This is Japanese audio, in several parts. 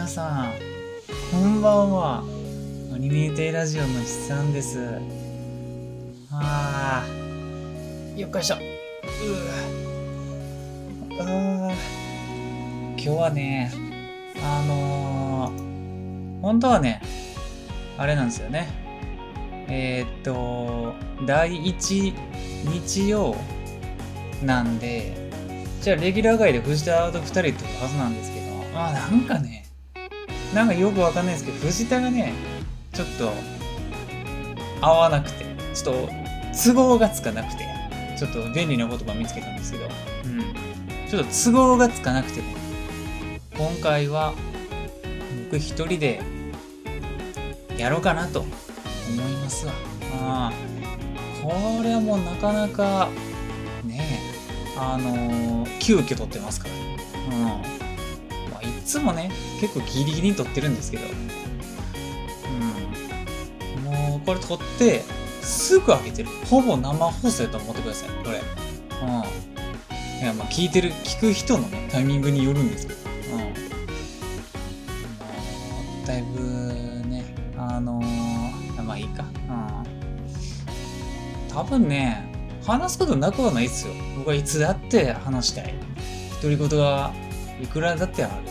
さん、こんばんは。アニメーテイラジオの筆さんです。よっこいしょ。今日はね、本当はね、あれなんですよね。第1日曜なんで、じゃあレギュラー外で藤田と2人ってはずなんですけど、なんかよくわかんないですけど、藤田がね、ちょっと合わなくて、ちょっと都合がつかなくて、ちょっと便利な言葉見つけたんですけど、ちょっと都合がつかなくて、今回は僕一人でやろうかなと思いますわ。これはもうなかなかね、急遽撮ってますからね。いつもね、結構ギリギリに撮ってるんですけど、もうこれ撮ってすぐ開けてる。ほぼ生放送やと思ってください、これ。いや、聞く人のね、タイミングによるんですけど、だいぶね、まあいいか。多分ね、話すことなくはないっすよ。僕はいつだって話したい。独り言がいくらだってある。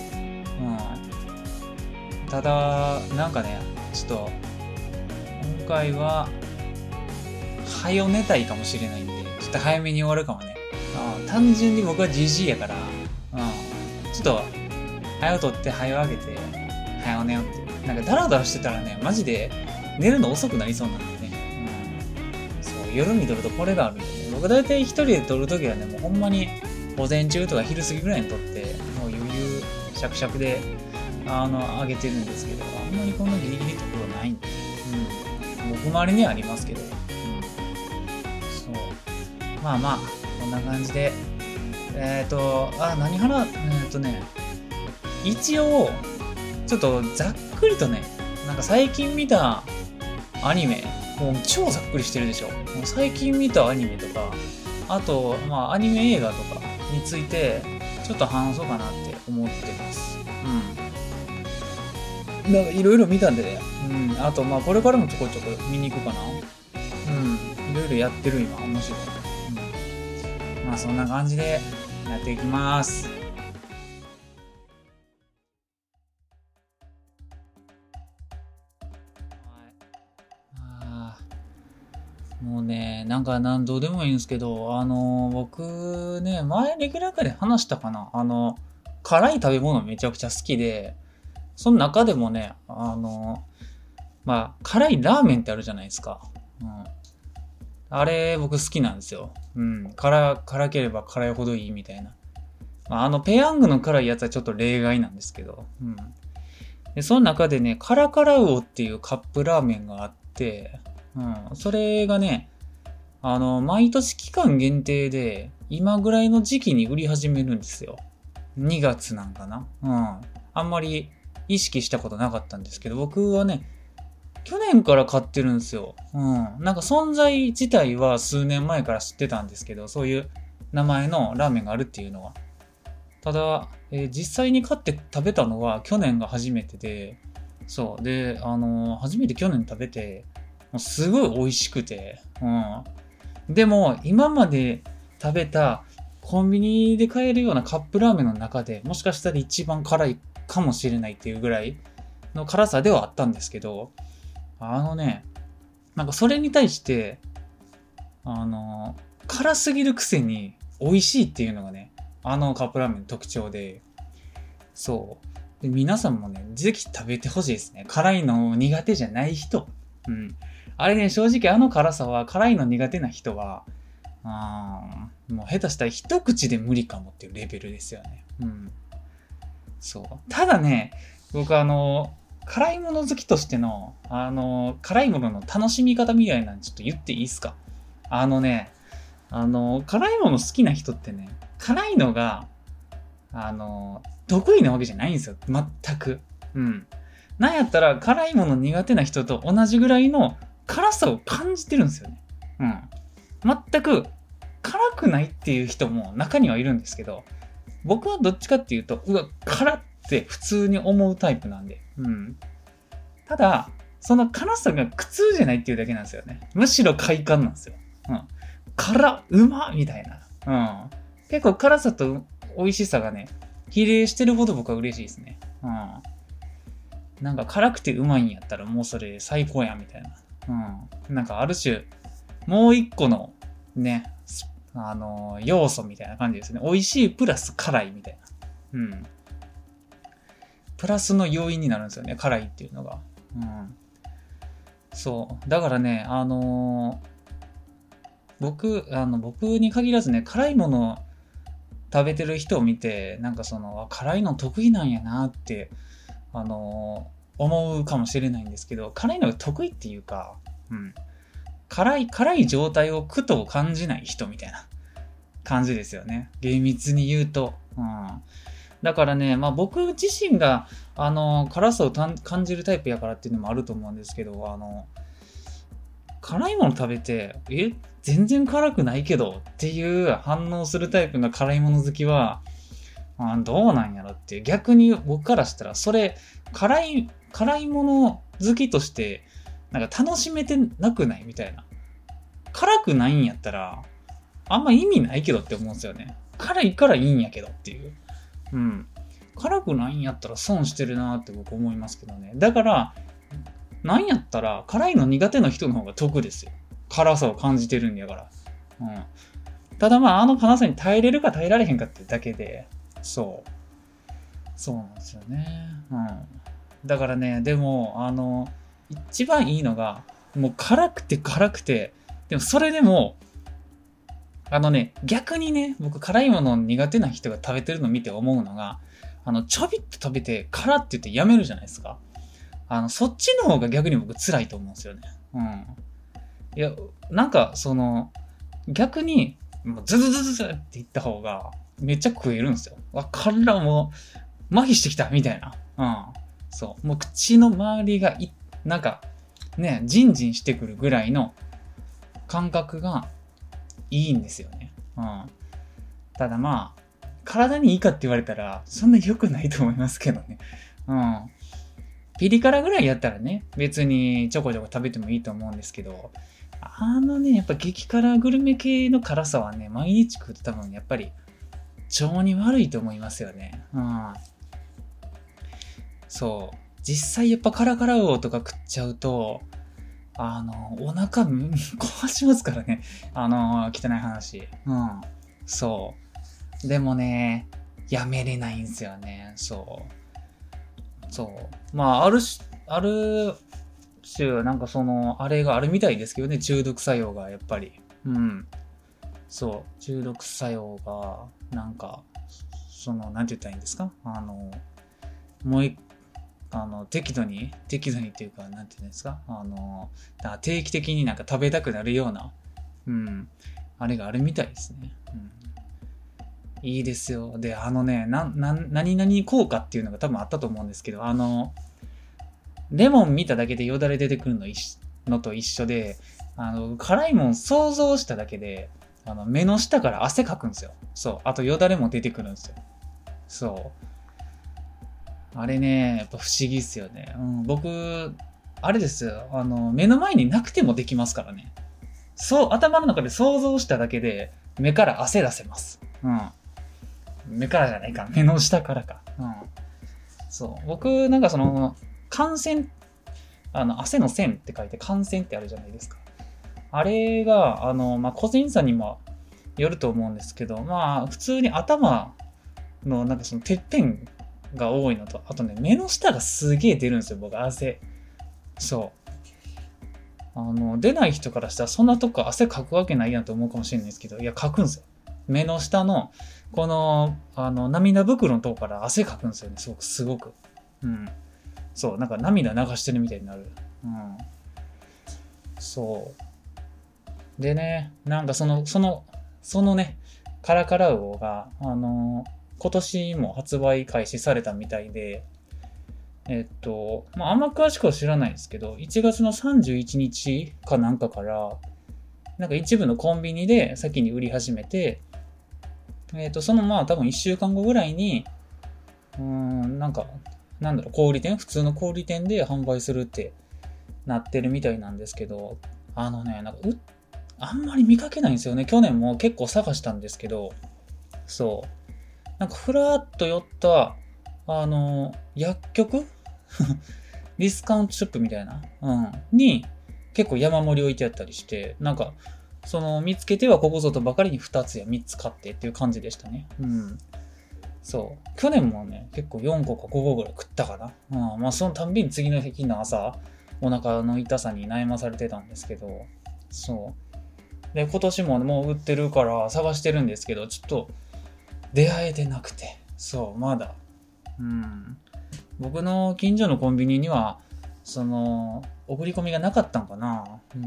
ただ、なんかね、ちょっと、今回は、早寝たいかもしれないんで、ちょっと早めに終わるかもね。単純に僕は GG やから、ちょっと、早撮って、早上げて、早寝よって。なんかダラダラしてたらね、マジで寝るの遅くなりそうなんでね。そう、夜に撮るとこれがあるんでね。僕大体一人で撮るときはね、もうほんまに午前中とか昼過ぎぐらいに撮って、もう余裕、シャクシャクで、上げてるんですけど、あんまりこんなギリギリところないんで、僕周りにはありますけど、そう。まあ、こんな感じで、一応、ちょっとざっくりとね、なんか最近見たアニメ、もう超ざっくりしてるでしょ。もう最近見たアニメとか、あと、アニメ映画とかについて、ちょっと話そうかなって思ってます。なんかいろいろ見たんでね。あと、これからもちょこちょこ見に行くかな。いろいろやってる今、面白い。そんな感じでやっていきます。もうね、なんかどうでもいいんですけど、僕ね、前レギュラー界で話したかな。辛い食べ物めちゃくちゃ好きで、その中でもね、辛いラーメンってあるじゃないですか。あれ、僕好きなんですよ。辛ければ辛いほどいいみたいな。ペヤングの辛いやつはちょっと例外なんですけど。で、その中でね、カラカラウオっていうカップラーメンがあって、それがね、毎年期間限定で、今ぐらいの時期に売り始めるんですよ。2月なんかな。あんまり意識したことなかったんですけど、僕はね、去年から買ってるんですよ。なんか存在自体は数年前から知ってたんですけど、そういう名前のラーメンがあるっていうのは。ただ、実際に買って食べたのは去年が初めてで、そう。で、初めて去年食べて、もうすごい美味しくて、でも、今まで食べたコンビニで買えるようなカップラーメンの中で、もしかしたら一番辛いかもしれないっていうぐらいの辛さではあったんですけど、なんかそれに対して、辛すぎるくせに美味しいっていうのがね、カップラーメンの特徴で、そう。で、皆さんもね、ぜひ食べてほしいですね。辛いの苦手じゃない人。あれね、正直辛さは、辛いの苦手な人は、もう下手したら一口で無理かもっていうレベルですよね。そう。ただね、僕辛いもの好きとしての、辛いものの楽しみ方みたいなのちょっと言っていいですか？辛いもの好きな人ってね、辛いのが、得意なわけじゃないんですよ。全く。なんやったら辛いもの苦手な人と同じぐらいの辛さを感じてるんですよね。全く辛くないっていう人も中にはいるんですけど、僕はどっちかっていうと、辛っって普通に思うタイプなんで。ただ、その辛さが苦痛じゃないっていうだけなんですよね。むしろ快感なんですよ。辛、うまみたいな。結構辛さと美味しさがね、比例してるほど僕は嬉しいですね。なんか辛くてうまいんやったらもうそれ最高やみたいな。なんかある種、もう一個のね、要素みたいな感じですね。美味しいプラス辛いみたいな。プラスの要因になるんですよね。辛いっていうのが。そう。だからね、僕に限らずね、辛いものを食べてる人を見て、なんか辛いの得意なんやなって、思うかもしれないんですけど、辛いのが得意っていうか、辛い状態を苦と感じない人みたいな感じですよね。厳密に言うと。だからね、僕自身が、辛さを感じるタイプやからっていうのもあると思うんですけど、辛いもの食べて、全然辛くないけどっていう反応するタイプの辛いもの好きは、どうなんやろっていう。逆に僕からしたら、それ、辛いもの好きとして、なんか楽しめてなくないみたいな。辛くないんやったら、あんま意味ないけどって思うんですよね。辛いからいいんやけどっていう。辛くないんやったら損してるなって僕思いますけどね。だから、なんやったら、辛いの苦手な人の方が得ですよ。辛さを感じてるんやから。ただあの辛さに耐えれるか耐えられへんかってだけで、そうなんですよね。だからね、でも、一番いいのが、もう辛くて、でもそれでも、逆にね、僕辛いもの苦手な人が食べてるのを見て思うのが、ちょびっと食べて辛って言ってやめるじゃないですか。そっちの方が逆に僕辛いと思うんですよね。いや、なんか逆に、もうズズズズズって言った方が、めっちゃ食えるんですよ。辛もう、麻痺してきたみたいな。そう。もう口の周りがなんか、ね、ジンジンしてくるぐらいの感覚がいいんですよね。ただ体にいいかって言われたら、そんな良くないと思いますけどね。ピリ辛ぐらいやったらね、別にちょこちょこ食べてもいいと思うんですけど、やっぱ激辛グルメ系の辛さはね、毎日食うと多分やっぱり腸に悪いと思いますよね。そう。実際やっぱカラカラウオとか食っちゃうと、お腹壊しますからね。汚い話。そう。でもね、やめれないんですよね。そう。ある種、なんかあれがあるみたいですけどね、中毒作用がやっぱり。そう。中毒作用が、なんか、なんて言ったらいいんですか？もう適度にっていうか、なんて言うんですか？定期的になんか食べたくなるような、あれがあるみたいですね。いいですよ。で、何々効果っていうのが多分あったと思うんですけど、レモン見ただけでよだれ出てくるのと一緒で、辛いもん想像しただけで、目の下から汗かくんですよ。そう。あとよだれも出てくるんですよ。そう。あれね、やっぱ不思議っすよね。僕、あれですよ。目の前になくてもできますからね。そう、頭の中で想像しただけで、目から汗出せます。目からじゃないか。目の下からか。そう。僕、なんか汗腺、汗の線って書いて汗腺ってあるじゃないですか。あれが、個人差にもよると思うんですけど、普通に頭の、なんかてっぺんが多いのと、あとね、目の下がすげえ出るんですよ、僕、汗。そう。出ない人からしたら、そんなとこ汗かくわけないやんと思うかもしれないですけど、いや、かくんですよ。目の下の、この、涙袋のとこから汗かくんですよね、すごく。そう、なんか涙流してるみたいになる。そう。でね、なんかそのね、カラカラウオが、今年も発売開始されたみたいで、あんま詳しくは知らないんですけど、1月の31日かなんかから、なんか一部のコンビニで先に売り始めて、多分1週間後ぐらいに、 なんか、なんだろう、小売店、普通の小売店で販売するってなってるみたいなんですけど、なんかあんまり見かけないんですよね。去年も結構探したんですけど、そう。なんかふらっと寄った、薬局ディスカウントショップみたいな、に結構山盛り置いてあったりして、なんか、見つけてはここぞとばかりに2つや3つ買ってっていう感じでしたね。そう。去年もね、結構4個か5個ぐらい食ったかな。まあそのたんびに次の日の朝、お腹の痛さに悩まされてたんですけど、そう。で、今年ももう売ってるから探してるんですけど、ちょっと出会えてなくて、そう、まだ。僕の近所のコンビニには、送り込みがなかったんかな。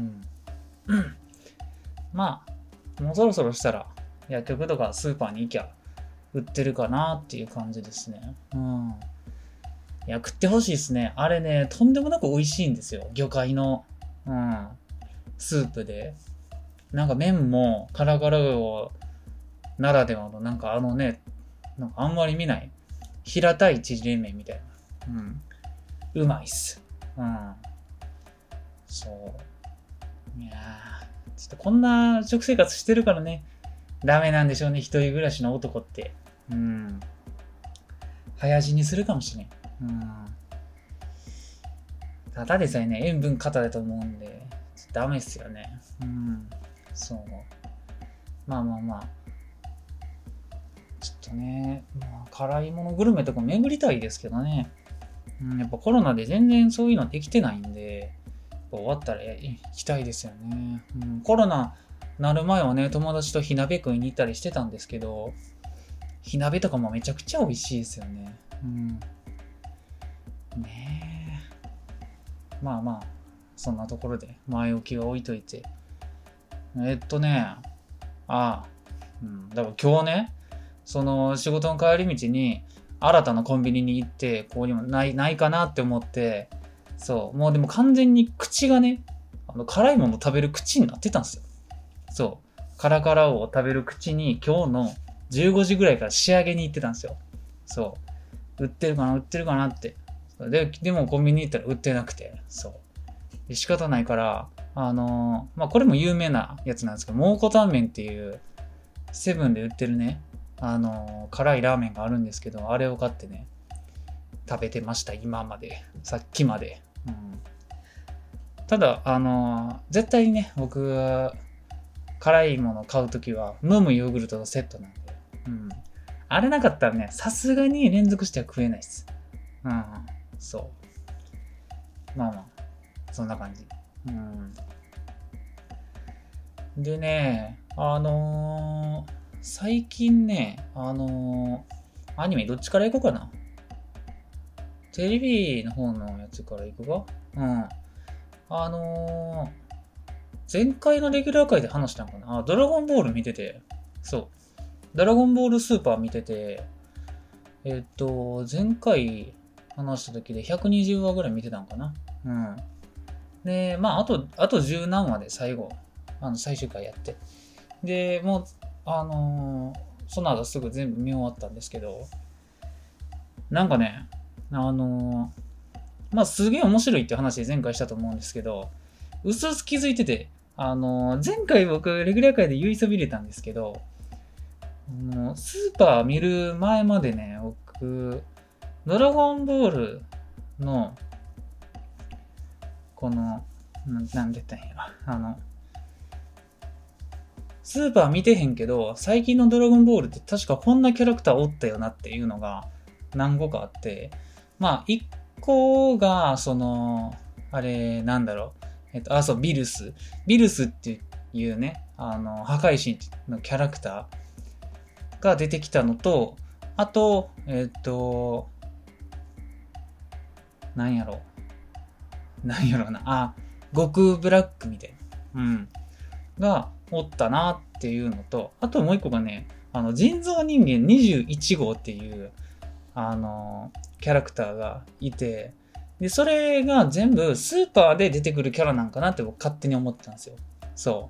まあ、もうそろそろしたら、薬局とかスーパーに行きゃ、売ってるかなっていう感じですね。いや、食ってほしいですね。あれね、とんでもなく美味しいんですよ。魚介の、スープで。なんか麺もカラカラをならではの、なんかなんかあんまり見ない。平たい縮れ麺みたいな。うまいっす。そう。いやー、ちょっとこんな食生活してるからね、ダメなんでしょうね、一人暮らしの男って。早死にするかもしれん。ただでさえね、塩分過多だと思うんで、ダメっすよね。そう。まあ。ちょっとね、辛いものグルメとか巡りたいですけどね。やっぱコロナで全然そういうのできてないんで、終わったら行きたいですよね。コロナなる前はね、友達と火鍋食いに行ったりしてたんですけど、火鍋とかもめちゃくちゃ美味しいですよね。ねえ。まあ、そんなところで前置きは置いといて。だから今日ね、仕事の帰り道に新たなコンビニに行って、ここにもないかなって思って、そう、もうでも完全に口がね、辛いもの食べる口になってたんですよ。そう、カラカラを食べる口に今日の15時ぐらいから仕上げに行ってたんですよ。そう、売ってるかなって。でもコンビニ行ったら売ってなくて、そう。で仕方ないから、これも有名なやつなんですけど、蒙古タンメンっていう、セブンで売ってるね、辛いラーメンがあるんですけど、あれを買ってね、食べてました、今まで。さっきまで。ただ、絶対にね、僕は、辛いものを買うときは、飲むヨーグルトとセットなんで。あれなかったらね、さすがに連続しては食えないっす。そう。まあ、そんな感じ。でね、最近ね、アニメどっちから行こうかな。テレビの方のやつから行くか。前回のレギュラー回で話したんかな。ドラゴンボール見てて、そう。ドラゴンボールスーパー見てて、前回話した時で120話ぐらい見てたんかな。で、あと10何話で最後、最終回やって。で、もう、その後すぐ全部見終わったんですけど、なんかね、すげえ面白いって話で前回したと思うんですけど、うすうす気づいてて、前回僕、レギュラー界で言いそびれたんですけど、スーパー見る前までね、僕、ドラゴンボールの、なんで言ったんや。スーパー見てへんけど、最近のドラゴンボールって確かこんなキャラクターおったよなっていうのが何個かあって、一個が、あれ、なんだろう。そう、ビルス。ビルスっていうね、破壊神のキャラクターが出てきたのと、あと、なんやろな。悟空ブラックみたいな。がおったなっていうのと、あともう一個がね、人造人間21号っていう、キャラクターがいて、で、それが全部スーパーで出てくるキャラなんかなって僕勝手に思ってたんですよ。そう。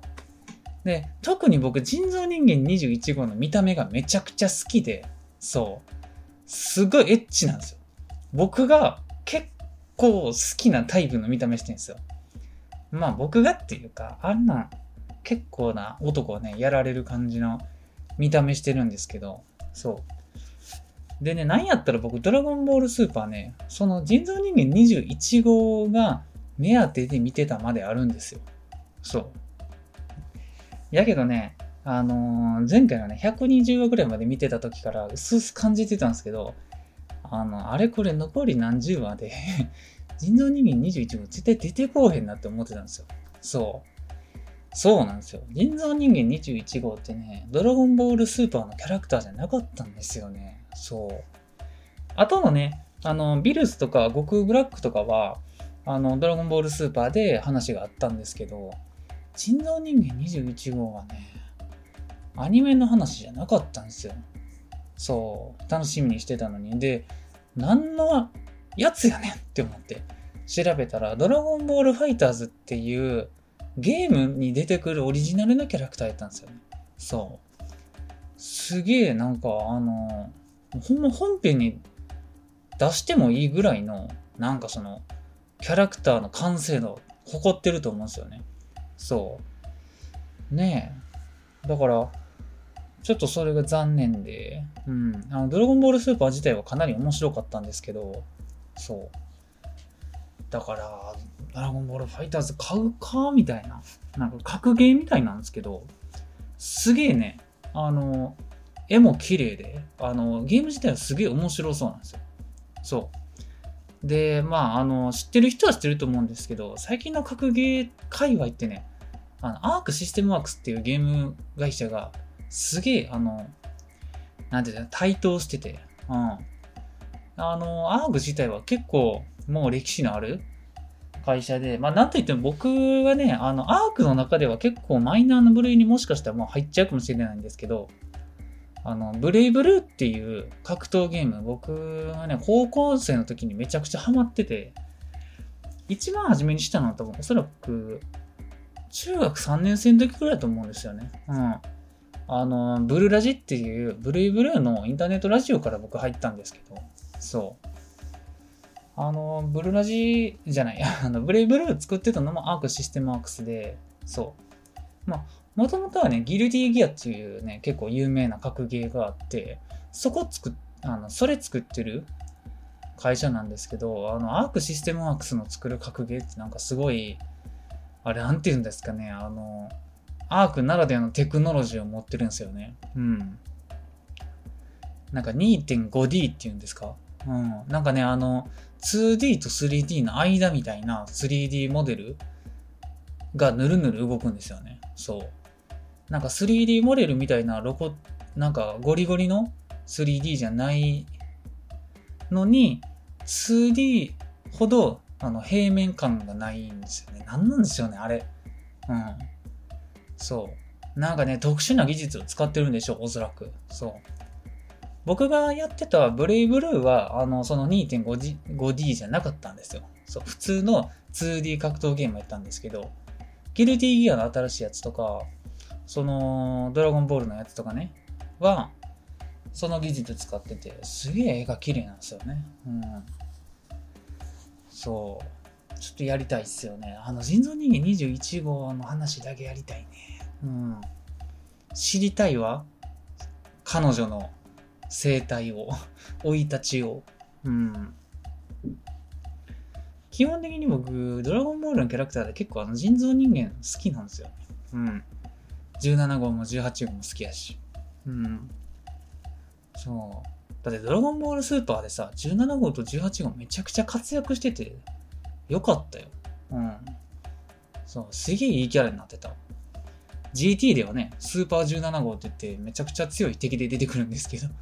で、特に僕、人造人間21号の見た目がめちゃくちゃ好きで、そう。すごいエッチなんですよ。 僕が結構好きなタイプの見た目してるんですよ。まあ僕がっていうか、あんな結構な男はね、やられる感じの見た目してるんですけど、そう。でね、なんやったら僕、ドラゴンボールスーパーね、その人造人間21号が目当てで見てたまであるんですよ。そう。やけどね、前回のね、120話ぐらいまで見てた時から薄々感じてたんですけど、あれこれ残り何十話で人造人間21号絶対出てこうへんなって思ってたんですよ。そう。そうなんですよ。人造人間21号ってね、ドラゴンボールスーパーのキャラクターじゃなかったんですよね。そう。あとのね、ビルスとか悟空ブラックとかは、ドラゴンボールスーパーで話があったんですけど、人造人間21号はね、アニメの話じゃなかったんですよ。そう。楽しみにしてたのに。で、何のやつやねんって思って調べたら、ドラゴンボールファイターズっていうゲームに出てくるオリジナルのキャラクターやったんですよね。そう。すげえなんかほんま本編に出してもいいぐらいのなんかそのキャラクターの完成度誇ってると思うんですよね。そう。ねえ。だからちょっとそれが残念で、ドラゴンボールスーパー自体はかなり面白かったんですけど、そう。だから、ドラゴンボールファイターズ買うかみたいな。なんか格ゲーみたいなんですけど、すげえね、絵も綺麗で、ゲーム自体はすげえ面白そうなんですよ。そう。で、まあ、知ってる人は知ってると思うんですけど、最近の格ゲー界隈ってね、アークシステムワークスっていうゲーム会社が、すげえ、なんていうの、台頭してて、アーク自体は結構、もう歴史のある会社で、まあ、なんといっても僕はね、アークの中では結構マイナーな部類にもしかしたらもう入っちゃうかもしれないんですけど、ブレイブルーっていう格闘ゲーム、僕はね、高校生の時にめちゃくちゃハマってて、一番初めにしたのは多分おそらく、中学3年生の時くらいだと思うんですよね。ブルラジっていう、ブレイブルーのインターネットラジオから僕入ったんですけど、そう。ブルラジじゃない、ブレイブルー作ってたのもアークシステムワークスで、そう。まあ、もともとはね、ギルディギアっていうね、結構有名な格ゲーがあって、それ作ってる会社なんですけど、アークシステムワークスの作る格ゲーってなんかすごい、あれなんて言うんですかね、アークならではのテクノロジーを持ってるんですよね。なんか 2.5D っていうんですか。なんかね、2D と 3D の間みたいな 3D モデルがぬるぬる動くんですよね。そう。なんか 3D モデルみたいななんかゴリゴリの 3D じゃないのに 2D ほど平面感がないんですよね。なんなんですよね、あれ。そう。なんかね、特殊な技術を使ってるんでしょう、おそらく。そう。僕がやってたブレイブルーは、その 2.5D じゃなかったんですよ。そう、普通の 2D 格闘ゲームやったんですけど、ギルディギアの新しいやつとか、その、ドラゴンボールのやつとかね、は、その技術使ってて、すげえ絵が綺麗なんですよね。そう。ちょっとやりたいっすよね。人造人間21号の話だけやりたいね。知りたいわ。彼女の生態を、生い立ちを。基本的に僕、ドラゴンボールのキャラクターで結構人造人間好きなんですよね。17号も18号も好きやし。そう。だってドラゴンボールスーパーでさ、17号と18号めちゃくちゃ活躍してて、よかったよ。そう、すげえいいキャラになってた。GT ではね、スーパー17号って言ってめちゃくちゃ強い敵で出てくるんですけど。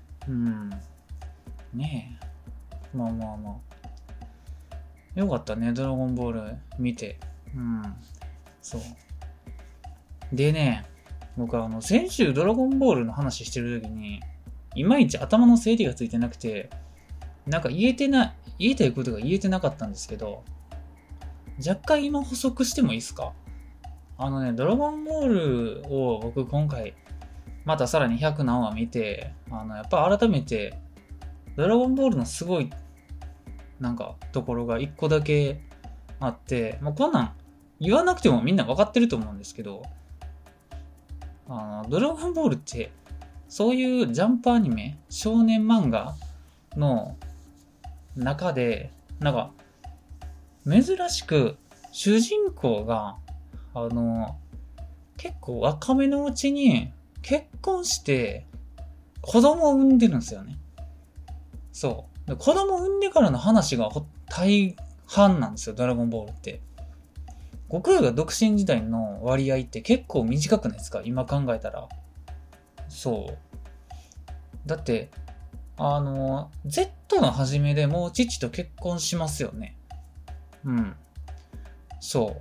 ねえ。まあ。よかったね、ドラゴンボール見て。そう。でね、僕先週ドラゴンボールの話してる時に、いまいち頭の整理がついてなくて、なんか言いたいことが言えてなかったんですけど、若干今補足してもいいですか？ドラゴンボールを僕今回、またさらに100何話見て、やっぱ改めて、ドラゴンボールのすごいなんかところが一個だけあって、こんなん言わなくてもみんな分かってると思うんですけど、ドラゴンボールってそういうジャンプアニメ、少年漫画の中でなんか珍しく主人公が結構若めのうちに結婚して子供を産んでるんですよね。そう。で子供を産んでからの話が大半なんですよ、ドラゴンボールって。悟空が独身時代の割合って結構短くないですか、今考えたら。そう。だって、Z の初めでもう父と結婚しますよね。うん。そう。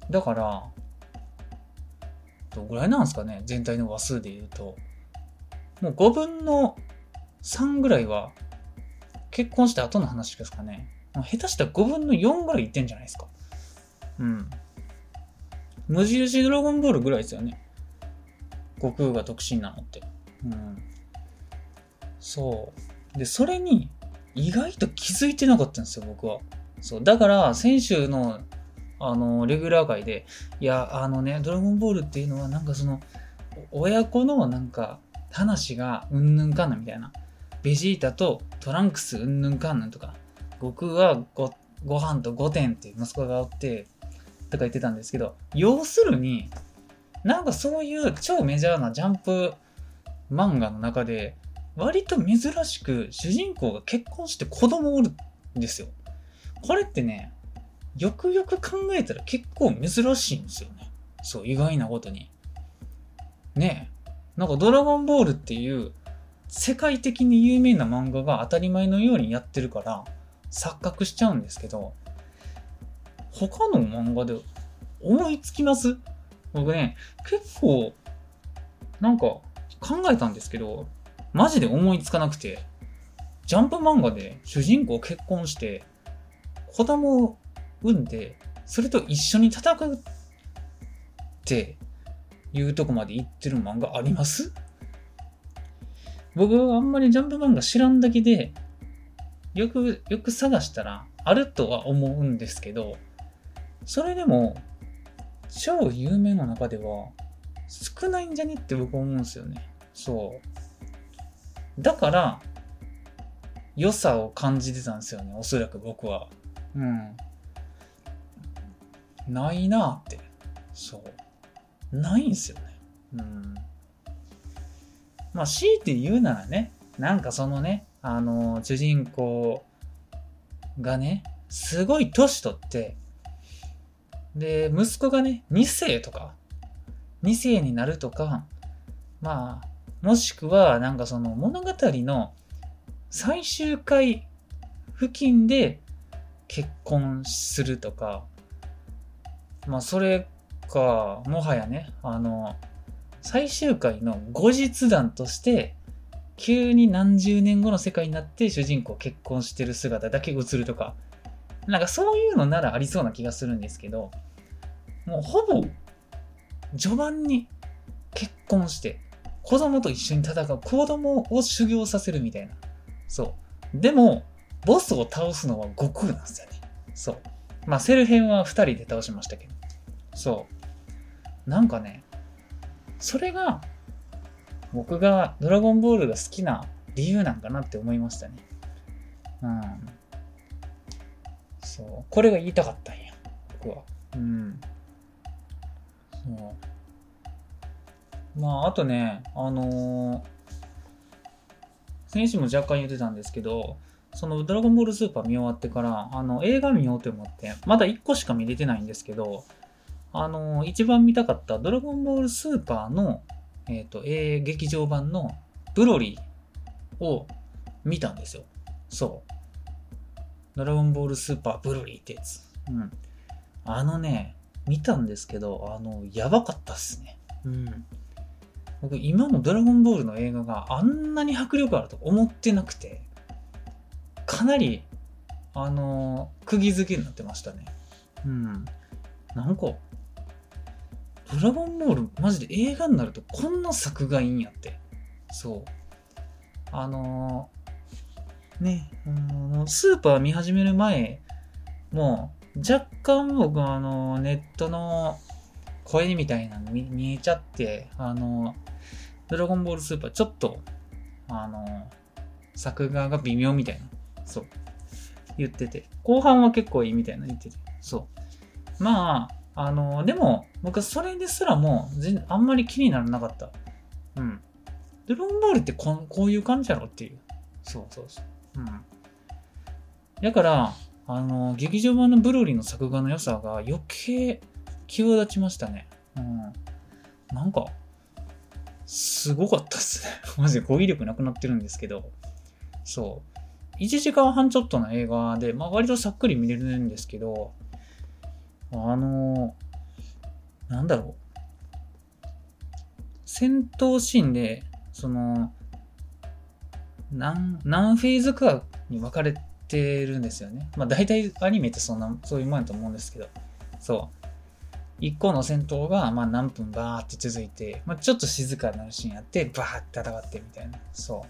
だから、どのぐらいなんですかね、全体の話数で言うと。もう5分の3ぐらいは結婚した後の話ですかね。下手したら5分の4ぐらいいってんじゃないですか。うん。無印ドラゴンボールぐらいですよね。悟空が独身なのって。うん。そう。で、それに意外と気づいてなかったんですよ、僕は。そう。だから、先週の、レギュラー界で、いや、ドラゴンボールっていうのは、なんかその、親子のなんか、話がうんぬんかんぬんみたいな。ベジータとトランクスうんぬんかんぬんとか、悟空はご飯と5点って息子がおって、とか言ってたんですけど、要するに、なんかそういう超メジャーなジャンプ漫画の中で、割と珍しく主人公が結婚して子供をおるんですよ。これってね、よくよく考えたら結構珍しいんですよね。そう、意外なことに。ねえ。なんかドラゴンボールっていう世界的に有名な漫画が当たり前のようにやってるから錯覚しちゃうんですけど、他の漫画で思いつきます？僕ね、結構なんか考えたんですけど、マジで思いつかなくて、ジャンプ漫画で主人公結婚して子供を産んでそれと一緒に戦うっていうとこまで行ってる漫画あります？僕はあんまりジャンプ漫画知らんだけでよく探したらあるとは思うんですけど、それでも超有名な中では少ないんじゃねって僕は思うんですよね。そう。だから良さを感じてたんですよね、おそらく僕は。うん。ないなって。そう。ないんすよね。うん。まあ強いて言うならね、なんかそのね、主人公がね、すごい年取って、で、息子がね、2世とか、2世になるとか、まあ、もしくは、なんかその物語の最終回付近で結婚するとか、まあ、それか、もはやね、最終回の後日談として、急に何十年後の世界になって主人公結婚してる姿だけ映るとか、なんかそういうのならありそうな気がするんですけど、もうほぼ序盤に結婚して子供と一緒に戦う、子供を修行させるみたいな。そう。でも、ボスを倒すのは悟空なんですよね。そう。まあセル編は2人で倒しましたけど。そう。なんかね、それが僕がドラゴンボールが好きな理由なんかなって思いましたね。うん。そう。これが言いたかったんや。僕は。うん。そう。まあ、あとね、先週も若干言ってたんですけど、そのドラゴンボールスーパー見終わってから、映画見ようと思って、まだ1個しか見れてないんですけど、一番見たかったドラゴンボールスーパーの、劇場版のブロリーを見たんですよ。そう。ドラゴンボールスーパーブロリーってやつ。うん。見たんですけど、やばかったっすね。うん。僕、今のドラゴンボールの映画があんなに迫力あると思ってなくて、かなり、釘付けになってましたね。うん。なんか、ドラゴンボール、マジで映画になるとこんな作がいいんやって。そう。 ね、スーパー見始める前、もう若干僕はネットの声みたいなの見えちゃって、ドラゴンボールスーパーちょっと、作画が微妙みたいな、そう、言ってて、後半は結構いいみたいな言ってて、そう。まあ、でも、僕はそれですらもあんまり気にならなかった。うん。ドラゴンボールってこういう感じやろっていう。そうそうそう。うん。だから、劇場版のブロリーの作画の良さが余計際立ちましたね。うん。なんか、すごかったっすね。マジで語彙力なくなってるんですけど。そう。1時間半ちょっとの映画で、まあ割とさっくり見れるんですけど、なんだろう。戦闘シーンで、何フェーズかに分かれてるんですよね。まあ大体アニメってそういうもんやと思うんですけど、そう。一個の戦闘が、まあ何分バーって続いて、まあちょっと静かになるシーンやって、バーって戦ってみたいな。そう。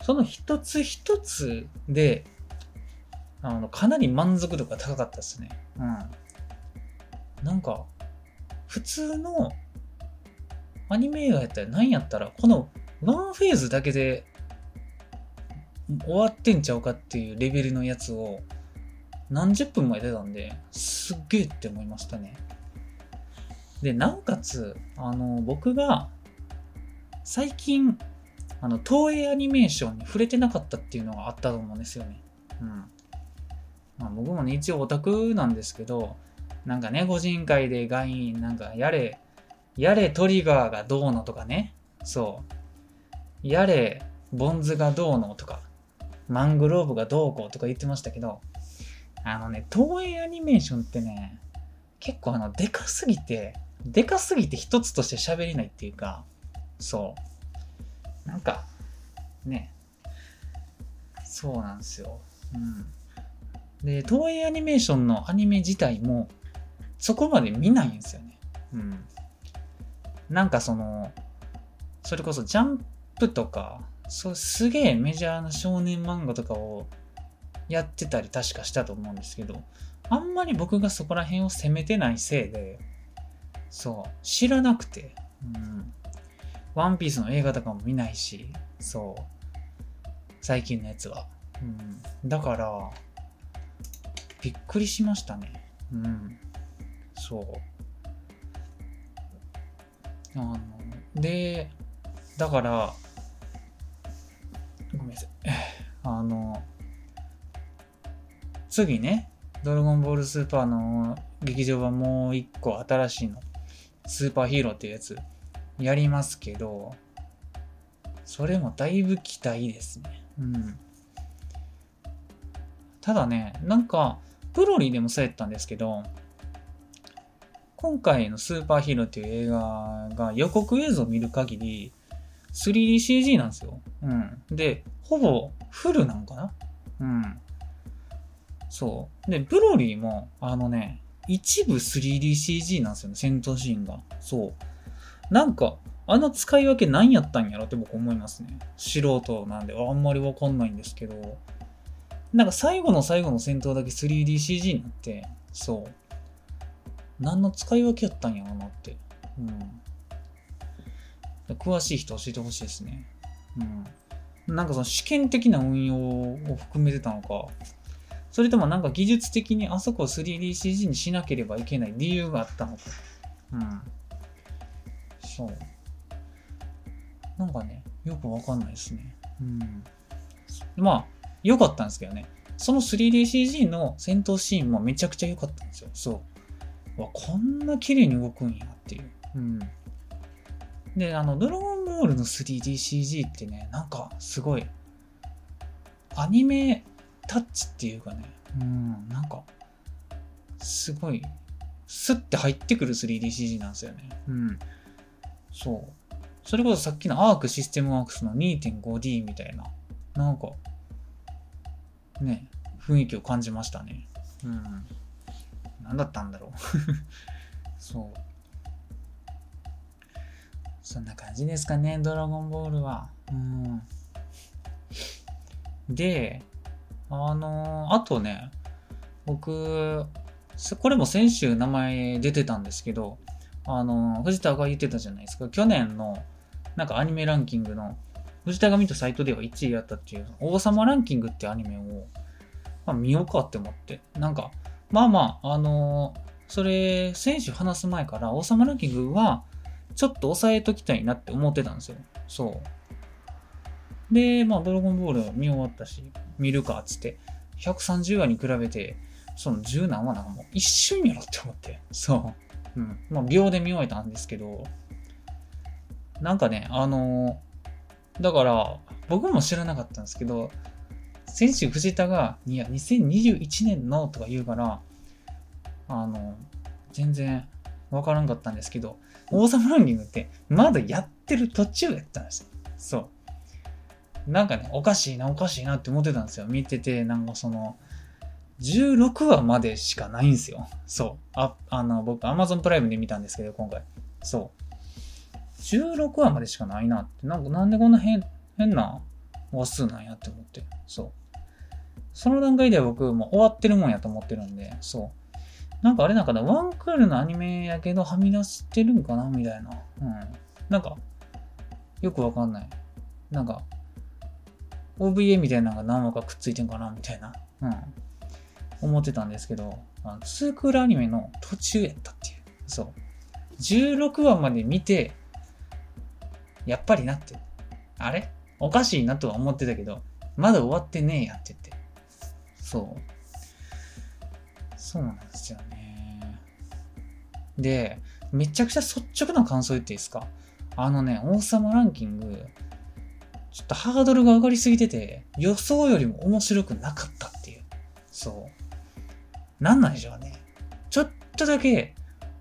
その一つ一つで、かなり満足度が高かったですね。うん。なんか、普通のアニメ映画やったら何やったら、このワンフェーズだけで終わってんちゃうかっていうレベルのやつを何十分もやってたんで、すっげえって思いましたね。で、なおかつ、僕が最近、東映アニメーションに触れてなかったっていうのがあったと思うんですよね。うん。まあ、僕もね、一応オタクなんですけど、なんかね、個人会でなんかやれトリガーがどうのとかね、そう。やれ、ボンズがどうのとか、マングローブがどうこうとか言ってましたけど、東映アニメーションってね、結構でかすぎて一つとして喋れないっていうか、そう。なんか、ね、そうなんですよ。うん。で、東映アニメーションのアニメ自体も、そこまで見ないんですよね。うん。なんかそれこそジャンプとか、すげえメジャーな少年漫画とかをやってたり確かしたと思うんですけど、あんまり僕がそこら辺を攻めてないせいで、そう、知らなくて、うん。ワンピースの映画とかも見ないし、そう、最近のやつは。うん。だから、びっくりしましたね。うん。そう。で、だから、ごめんなさい。次ね、ドラゴンボールスーパーの劇場版もう一個新しいの、スーパーヒーローっていうやつ、やりますけど、それもだいぶ期待ですね。うん。ただね、なんか、プロリーでもそうやったんですけど、今回のスーパーヒーローっていう映画が予告映像を見る限り、3DCG なんですよ。うん。で、ほぼフルなんかな。うん。そう。で、ブロリーも、一部 3DCG なんですよね、戦闘シーンが。そう。なんか、使い分け何やったんやろって僕思いますね。素人なんで、あんまりわかんないんですけど、なんか最後の最後の戦闘だけ 3DCG になって、そう。何の使い分けやったんやろなって。うん。詳しい人教えてほしいですね。うん。なんかその試験的な運用を含めてたのか、それともなんか技術的にあそこを 3DCG にしなければいけない理由があったのか。うん。そう。なんかね、よくわかんないですね。うん。まあ、良かったんですけどね。その 3DCG の戦闘シーンもめちゃくちゃ良かったんですよ。そう。こんな綺麗に動くんやっていう。うん。で、ドラゴンボールの 3DCG ってね、なんかすごい、アニメタッチっていうかね、なんか、すごい、スッて入ってくる 3DCG なんですよね。うん。そう。それこそさっきのアークシステムワークスの 2.5D みたいな、なんか、ね、雰囲気を感じましたね。うん。何だったんだろう。そう。そんな感じですかね、ドラゴンボールは。うん。 で、あとね、僕、これも先週名前出てたんですけど、藤田が言ってたじゃないですか。去年の、なんかアニメランキングの、藤田が見たサイトでは1位やったっていう、王様ランキングってアニメを、見ようかって思って。なんか、それ、先週話す前から、王様ランキングは、ちょっと抑えときたいなって思ってたんですよ。そう。で、ドラゴンボール見終わったし、見るかっつって、130話に比べて、その10何話なんかもう一瞬やろって思って。そう。秒で見終えたんですけど、なんかね、だから、僕も知らなかったんですけど、先週藤田が、いや、2021年のとか言うから、全然わからんかったんですけど、王様ランキングってまだやってる途中やったんですよ。そう。なんかね、おかしいなって思ってたんですよ。見てて、なんか16話までしかないんですよ。そう。僕、Amazon プライムで見たんですけど、今回。そう。16話までしかないなって、なんでこんな変な話数なんやって思って。そう。その段階では僕もう終わってるもんやと思ってるんで、そう。なんかあれなんかな、ワンクールのアニメやけどはみ出してるんかなみたいな。なんか、よくわかんない。なんか、OVA みたいなのが何話かくっついてんかなみたいな。思ってたんですけど、2クールアニメの途中やったっていう。そう。16話まで見て、やっぱりなって。あれおかしいなとは思ってたけど、まだ終わってねえやって言って。そう。そうなんですよね。で、めちゃくちゃ率直な感想言っていいですか？王様ランキング、ちょっとハードルが上がりすぎてて、予想よりも面白くなかったっていう。そう。なんなんでしょうね。ちょっとだけ、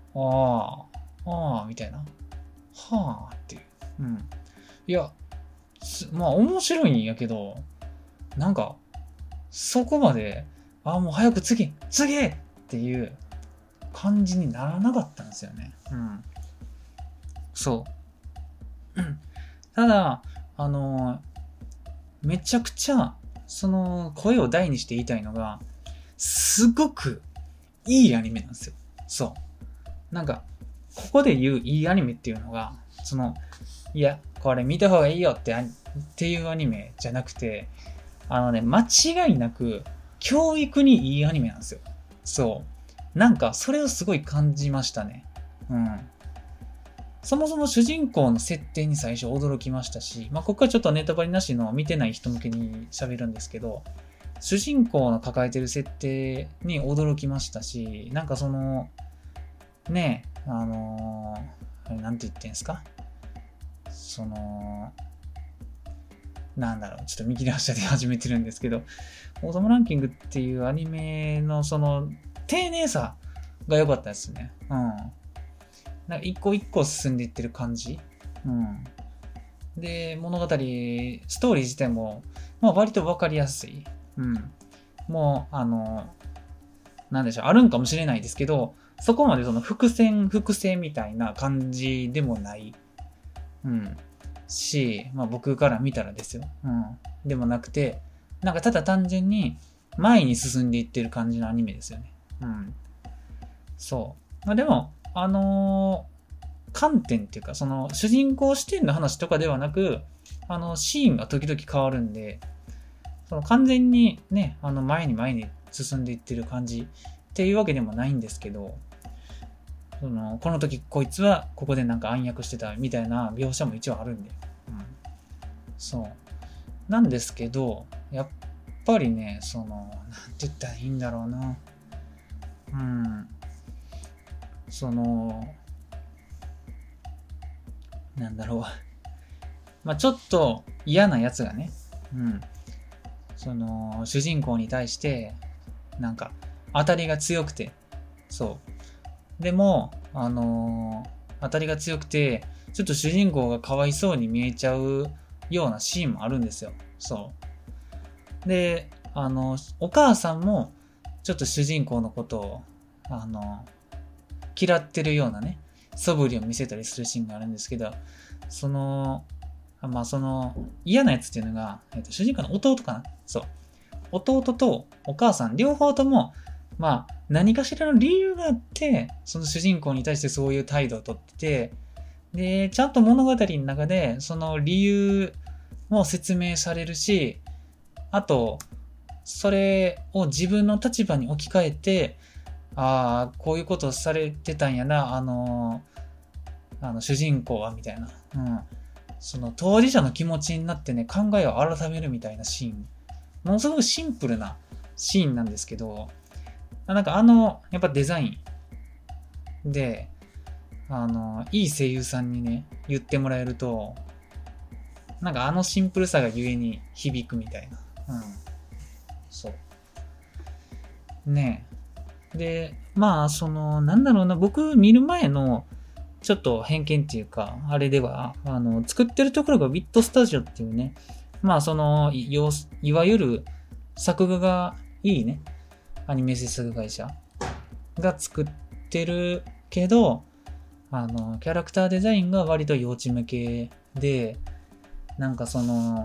みたいな。はぁっていう。いや、面白いんやけど、なんか、そこまで、もう早く次っていう感じにならなかったんですよね。そう。ただ、めちゃくちゃ、声を大にして言いたいのが、すごくいいアニメなんですよ。そう。なんか、ここで言ういいアニメっていうのが、いや、これ見た方がいいよっていうアニメじゃなくて、間違いなく、教育にいいアニメなんですよ。そう。なんか、それをすごい感じましたね。そもそも主人公の設定に最初驚きましたし、ここはちょっとネタバレなしの見てない人向けに喋るんですけど、主人公の抱えてる設定に驚きましたし、なんかねえ、なんて言ってんすか？なんだろう、ちょっと見切り発車で始めてるんですけど、王様ランキングっていうアニメの丁寧さが良かったですね。なんか一個一個進んでいってる感じ。で、物語、ストーリー自体も、割とわかりやすい。もう、なんでしょう、あるんかもしれないですけど、そこまで伏線みたいな感じでもない。し、僕から見たらですよ。でもなくて、なんかただ単純に前に進んでいってる感じのアニメですよね。そう。でも、観点っていうか、主人公視点の話とかではなく、シーンが時々変わるんで、完全にね、前に進んでいってる感じっていうわけでもないんですけど、この時こいつはここでなんか暗躍してたみたいな描写も一応あるんで。そう。なんですけど、やっぱりね、なんて言ったらいいんだろうな。なんだろう。ちょっと嫌なやつがね、主人公に対して、なんか、当たりが強くて、そう。でも、当たりが強くて、ちょっと主人公がかわいそうに見えちゃうようなシーンもあるんですよ。そう。で、お母さんも、ちょっと主人公のことを、嫌ってるようなね、素振りを見せたりするシーンがあるんですけど、 まあその嫌なやつっていうのが、主人公の弟かな。そう。弟とお母さん両方とも、まあ何かしらの理由があって、その主人公に対してそういう態度をとってて、で、ちゃんと物語の中でその理由も説明されるし、あと、それを自分の立場に置き換えて、ああ、こういうことをされてたんやな、主人公は、みたいな。うん。その当事者の気持ちになってね、考えを改めるみたいなシーン。ものすごくシンプルなシーンなんですけど、なんかやっぱデザインで、いい声優さんにね、言ってもらえると、なんかシンプルさがゆえに響くみたいな。うん。そう。ねえ。で、まあ、なんだろうな、僕見る前の、ちょっと偏見っていうか、あれでは、作ってるところがウィットスタジオっていうね、まあ、いわゆる作画がいいね、アニメ制作会社が作ってるけど、キャラクターデザインが割と幼稚向けで、なんか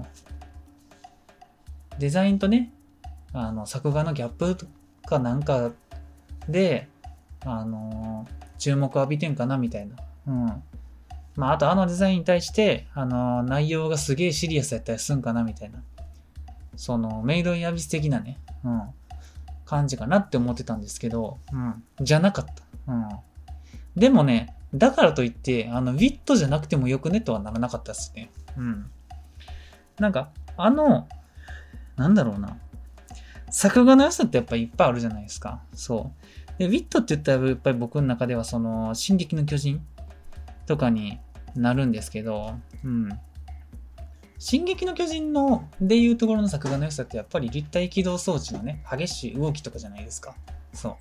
デザインとね、作画のギャップかなんかで、注目を浴びてんかなみたいな。うん。まあ、あとデザインに対して、内容がすげえシリアスやったりすんかなみたいな。メイドインアビス的なね、うん、感じかなって思ってたんですけど、うん。じゃなかった。うん。でもね、だからといって、ウィットじゃなくてもよくねとはならなかったですね。うん。なんか、なんだろうな。作画の良さってやっぱりいっぱいあるじゃないですか。そう。で、ウィットって言ったらやっぱり僕の中では進撃の巨人とかになるんですけど、うん。進撃の巨人でいうところの作画の良さってやっぱり立体起動装置のね、激しい動きとかじゃないですか。そう。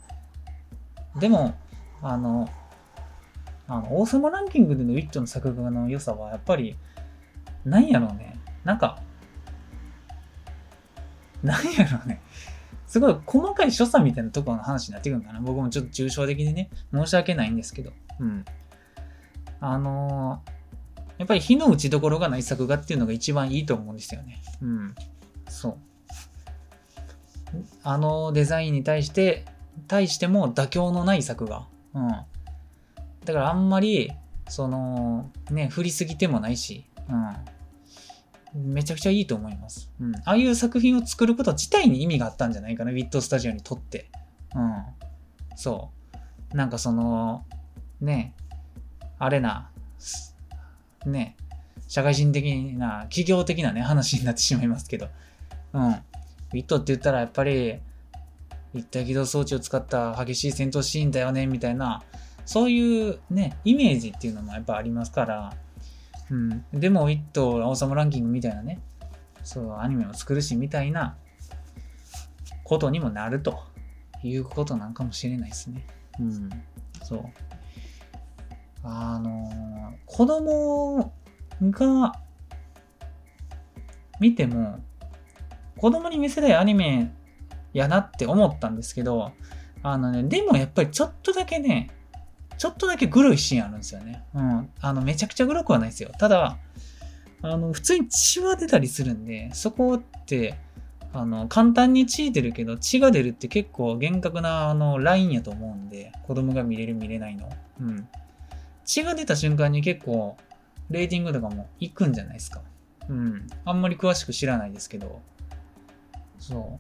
でも、王様ランキングでのウィットの作画の良さはやっぱり、なんやろうね。なんやろうね。すごい細かい所作みたいなところの話になってくるのかな。僕もちょっと抽象的でね、申し訳ないんですけど。うん。やっぱり火の打ちどころがない作画っていうのが一番いいと思うんですよね。うん。そう。デザインに対しても妥協のない作画。うん。だからあんまり、振りすぎてもないし、うん。めちゃくちゃいいと思います。うん。ああいう作品を作ること自体に意味があったんじゃないかな、ウィットスタジオにとって。うん。そう。なんかね、あれな、ね、社会人的な、企業的なね、話になってしまいますけど。うん。ウィットって言ったらやっぱり、立体起動装置を使った激しい戦闘シーンだよね、みたいな、そういうね、イメージっていうのもやっぱありますから、うん。でも、ウィット、王様ランキングみたいなね、そう、アニメを作るし、みたいなことにもなるということなんかもしれないですね。うん。そう。子供が見ても、子供に見せたいアニメやなって思ったんですけど、でもやっぱりちょっとだけグロいシーンあるんですよね。うん。めちゃくちゃグロくはないですよ。ただ、普通に血は出たりするんで、そこって、簡単に血出るけど、血が出るって結構厳格な、ラインやと思うんで、子供が見れる見れないの。うん。血が出た瞬間に結構、レーティングとかもいくんじゃないですか。うん。あんまり詳しく知らないですけど、そう。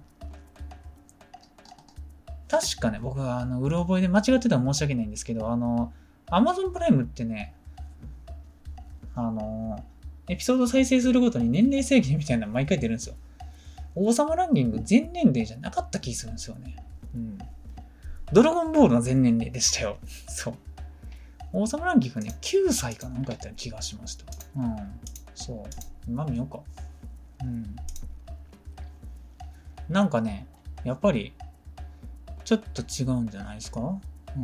確かね、僕はうろ覚えで間違ってたら申し訳ないんですけど、Amazon プライムってね、エピソード再生するごとに年齢制限みたいなの毎回出るんですよ。王様ランキング全年齢じゃなかった気するんですよね。うん。ドラゴンボールの全年齢でしたよ。そう。王様ランキングね、9歳かなんかやった気がしました。うん。そう。今見ようか。うん。なんかね、やっぱり、ちょっと違うんじゃないですか。うん。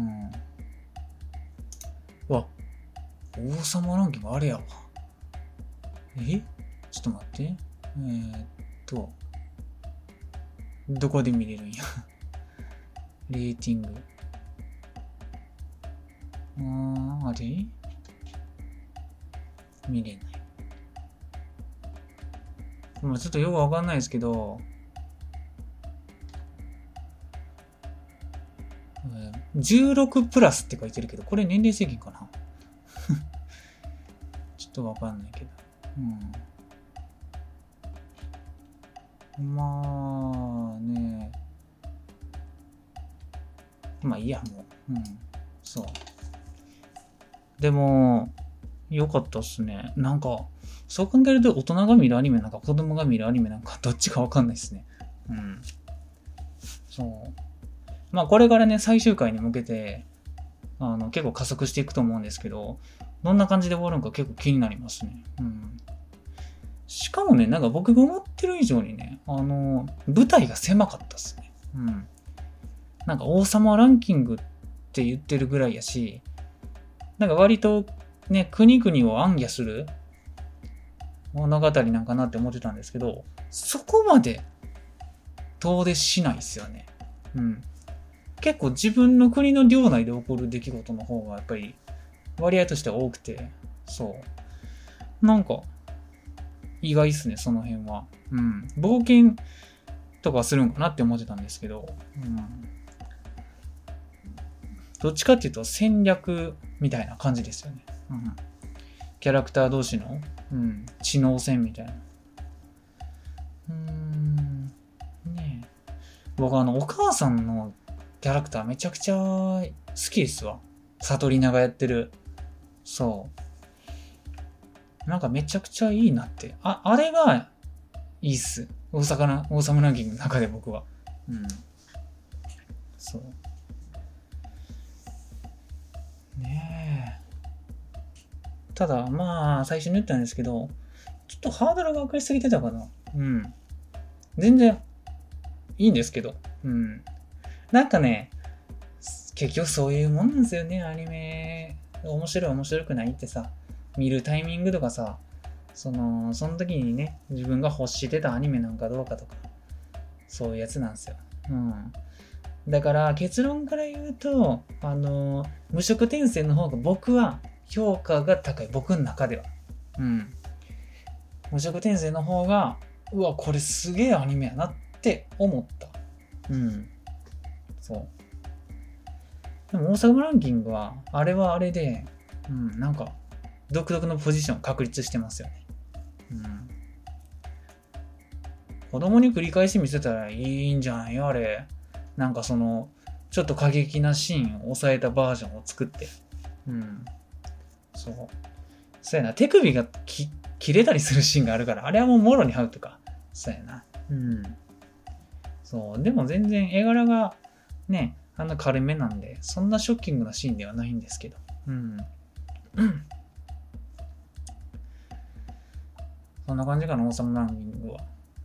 わ、王様ランキングあれやわ。ちょっと待って。どこで見れるんや。レーティング。あれ見れない。 まあちょっとよくわかんないですけど、16プラスって書いてるけど、これ年齢制限かなちょっとわかんないけど。まあね。まあいいや、もう。そう。でも、よかったっすね。なんか、そう考えると大人が見るアニメなんか子供が見るアニメなんかどっちかわかんないですね。そう。まあこれからね、最終回に向けて、結構加速していくと思うんですけど、どんな感じで終わるのか結構気になりますね。しかもね、なんか僕が思ってる以上にね、舞台が狭かったっすね。なんか王様ランキングって言ってるぐらいやし、なんか割とね、国々を暗夜する物語なんかなって思ってたんですけど、そこまで遠出しないですよね。結構自分の国の領内で起こる出来事の方がやっぱり割合としては多くて、そう。なんか、意外っすね、その辺は。冒険とかするんかなって思ってたんですけど、どっちかっていうと戦略みたいな感じですよね。キャラクター同士の、知能戦みたいな。ねえ。僕お母さんのキャラクターめちゃくちゃ好きですわ。悟りながやってる。そう。なんかめちゃくちゃいいなって。あれがいいっす。王様ランキングの中で僕は。そう。ねえ。ただ、まあ、最初に言ったんですけど、ちょっとハードルが上がりすぎてたかな。全然、いいんですけど。なんかね、結局そういうもんなんですよね、アニメ。面白くないってさ、見るタイミングとかさ、その時にね、自分が欲してたアニメなんかどうかとか、そういうやつなんですよ。だから結論から言うと、無色転生の方が僕は評価が高い。僕の中では。無色転生の方が、うわ、これすげえアニメやなって思った。そう。でも王様ランキングは、あれはあれで、なんか、独特のポジション確立してますよね。子供に繰り返し見せたらいいんじゃないよ、あれ。なんかちょっと過激なシーンを抑えたバージョンを作って。そう。そうやな、手首が切れたりするシーンがあるから、あれはもうもろにハウとか。そうやな。そう。でも全然絵柄がね、軽めなんで、そんなショッキングなシーンではないんですけど。そんな感じかな、王様ランキングは。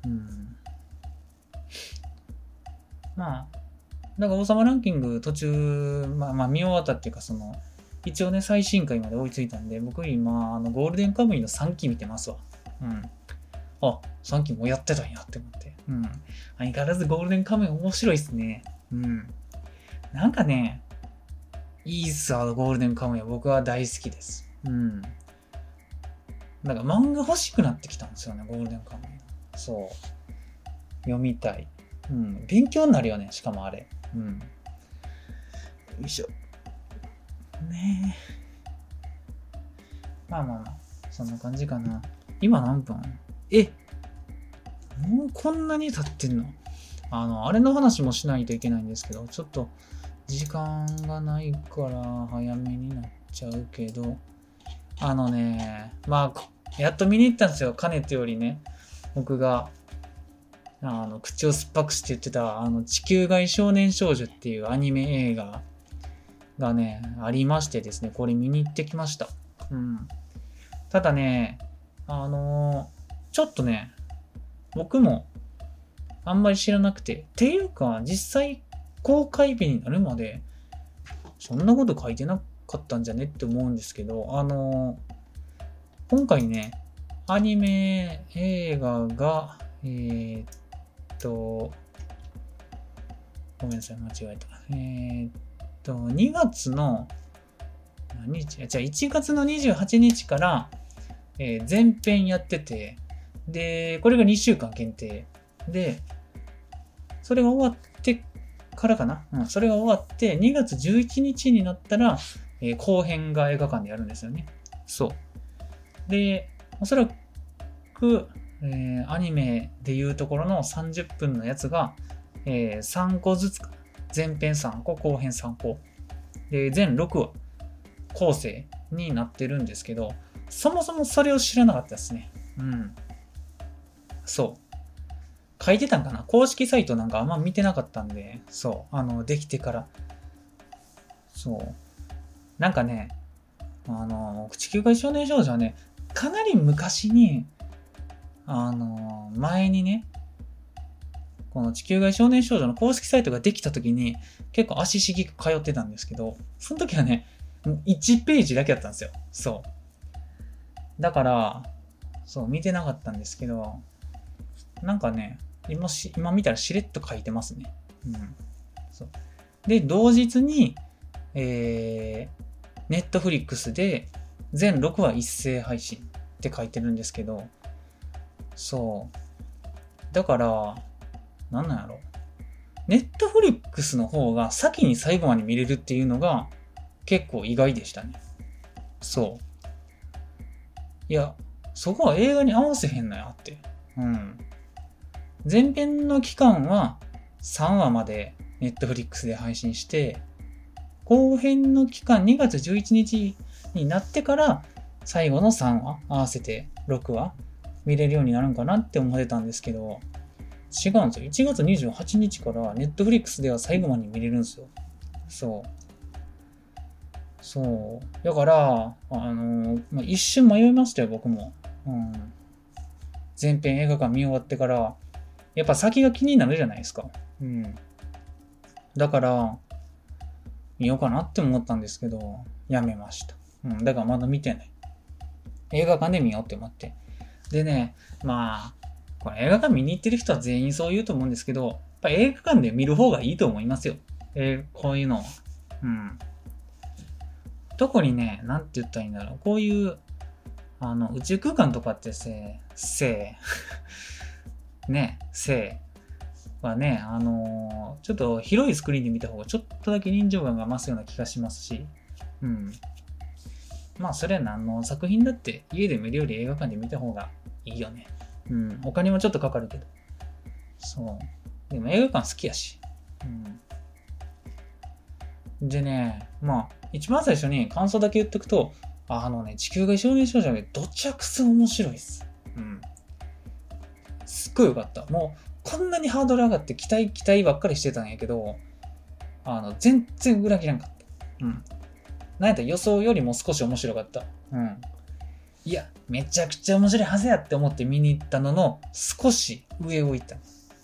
まあ、だから王様ランキング途中、まあ見終わったっていうか、一応ね、最新回まで追いついたんで、僕今、ゴールデンカムイの3期見てますわ。あ、3期もやってたんやって思って。相変わらずゴールデンカムイ面白いっすね。なんかね、いいっす、ゴールデンカムイは僕は大好きです。なんか漫画欲しくなってきたんですよね、ゴールデンカムイ。そう。読みたい。勉強になるよね、しかもあれ。よいしょ。ねえ。まあ、そんな感じかな。今何分？もうこんなに経ってんの？あれの話もしないといけないんですけど、ちょっと時間がないから早めになっちゃうけど、まあ、やっと見に行ったんですよ、かねてよりね。僕が、口を酸っぱくして言ってた、地球外少年少女っていうアニメ映画がね、ありましてですね、これ見に行ってきました。ただね、ちょっとね、僕もあんまり知らなくて、っていうか、実際公開日になるまで、そんなこと書いてなかったんじゃねって思うんですけど、今回ね、アニメ映画が、ごめんなさい、間違えた。2月の、何日？じゃあ1月の28日から、前編やってて、 で、これが2週間限定。で、それが終わってからかな。それが終わって、2月11日になったら、後編が映画館でやるんですよね。そう。で、おそらく、アニメでいうところの30分のやつが、3個ずつ、前編3個、後編3個。で、全6話構成になってるんですけど、そもそもそれを知らなかったですね。そう。書いてたんかな、公式サイトなんかあんま見てなかったんで、そう。できてから。そう。なんかね、地球外少年少女はね、かなり昔に、前にね、この地球外少年少女の公式サイトができた時に、結構足しげく通ってたんですけど、その時はね、1ページだけだったんですよ。そう。だから、そう、見てなかったんですけど、なんかね、今見たらしれっと書いてますね。そう。で、同日に、ネットフリックスで全6話一斉配信って書いてるんですけど、そう。だから、なんやろ。ネットフリックスの方が先に最後まで見れるっていうのが結構意外でしたね。そう。いや、そこは映画に合わせへんのやって。前編の期間は3話までネットフリックスで配信して、後編の期間2月11日になってから最後の3話合わせて6話見れるようになるんかなって思ってたんですけど、違うんですよ。1月28日からネットフリックスでは最後まで見れるんですよ。そう。そう。だから、一瞬迷いましたよ、僕も。前編映画館見終わってから、やっぱ先が気になるじゃないですか。だから、見ようかなって思ったんですけど、やめました。だからまだ見てない。映画館で見ようって思って。でね、まあ、これ映画館見に行ってる人は全員そう言うと思うんですけど、やっぱ映画館で見る方がいいと思いますよ。こういうのは。特にね、なんて言ったらいいんだろう。こういう、宇宙空間とかってはね、ちょっと広いスクリーンで見た方がちょっとだけ臨場感が増すような気がしますし、まあそれは何の作品だって家で見るより映画館で見た方がいいよね。お金もちょっとかかるけど。そう。でも映画館好きやし。でね、まあ一番最初に感想だけ言っとくと、地球外少年少女がどちゃくそ面白いっす。すっごいよかった。もうこんなにハードル上がって期待ばっかりしてたんやけど、全然裏切らんかった。なんやったら予想よりも少し面白かった。いや、めちゃくちゃ面白いはずやって思って見に行ったのの少し上を行った。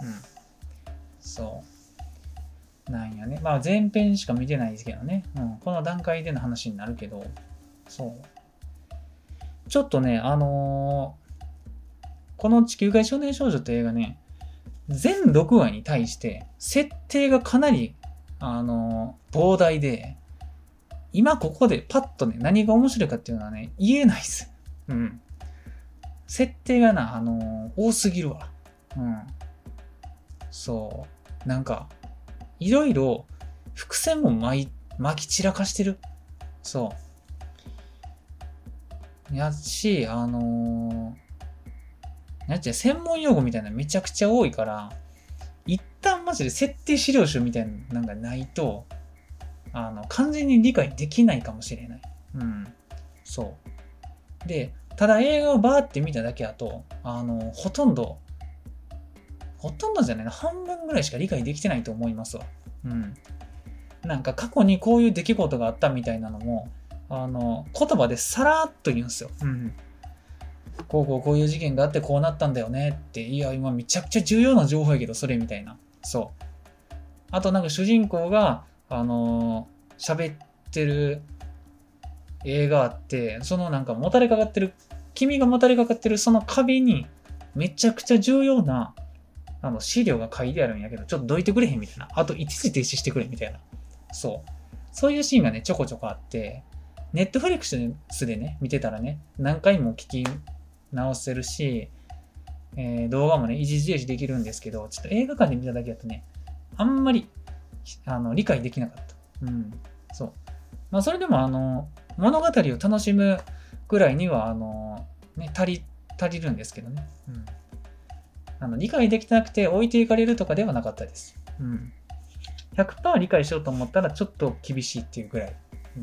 そう。なんやね。まあ前編しか見てないですけどね。この段階での話になるけど、そう。ちょっとね、この地球外少年少女って映画ね、全6話に対して設定がかなり、膨大で、今ここでパッとね、何が面白いかっていうのはね、言えないっす。設定がな、多すぎるわ。そう。なんか、いろいろ伏線も巻き散らかしてる。そう。やし、専門用語みたいなのめちゃくちゃ多いから、一旦マジで設定資料集みたいなのがないと、完全に理解できないかもしれない。そう。で、ただ映画をバーって見ただけだと、ほとんどじゃないな、半分ぐらいしか理解できてないと思いますわ。なんか過去にこういう出来事があったみたいなのも、言葉でさらっと言うんですよ。こういう事件があってこうなったんだよねって、いや、今めちゃくちゃ重要な情報やけど、それみたいな。そう。あとなんか主人公が、喋ってる映画あって、そのなんか君がもたれかかってるその壁に、めちゃくちゃ重要な、資料が書いてあるんやけど、ちょっとどいてくれへんみたいな。あと一時停止してくれみたいな。そう。そういうシーンがね、ちょこちょこあって、ネットフリックスでね、見てたらね、何回も聞き直せるし、 動画もね、一時停止できるんですけど、ちょっと映画館で見ただけだとね、あんまり、理解できなかった。うん。そう。まあ、それでも、物語を楽しむぐらいには、足りるんですけどね。うん。理解できてなくて置いていかれるとかではなかったです。うん。100% 理解しようと思ったらちょっと厳しいっていうぐらい。うん。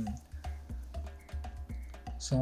そう。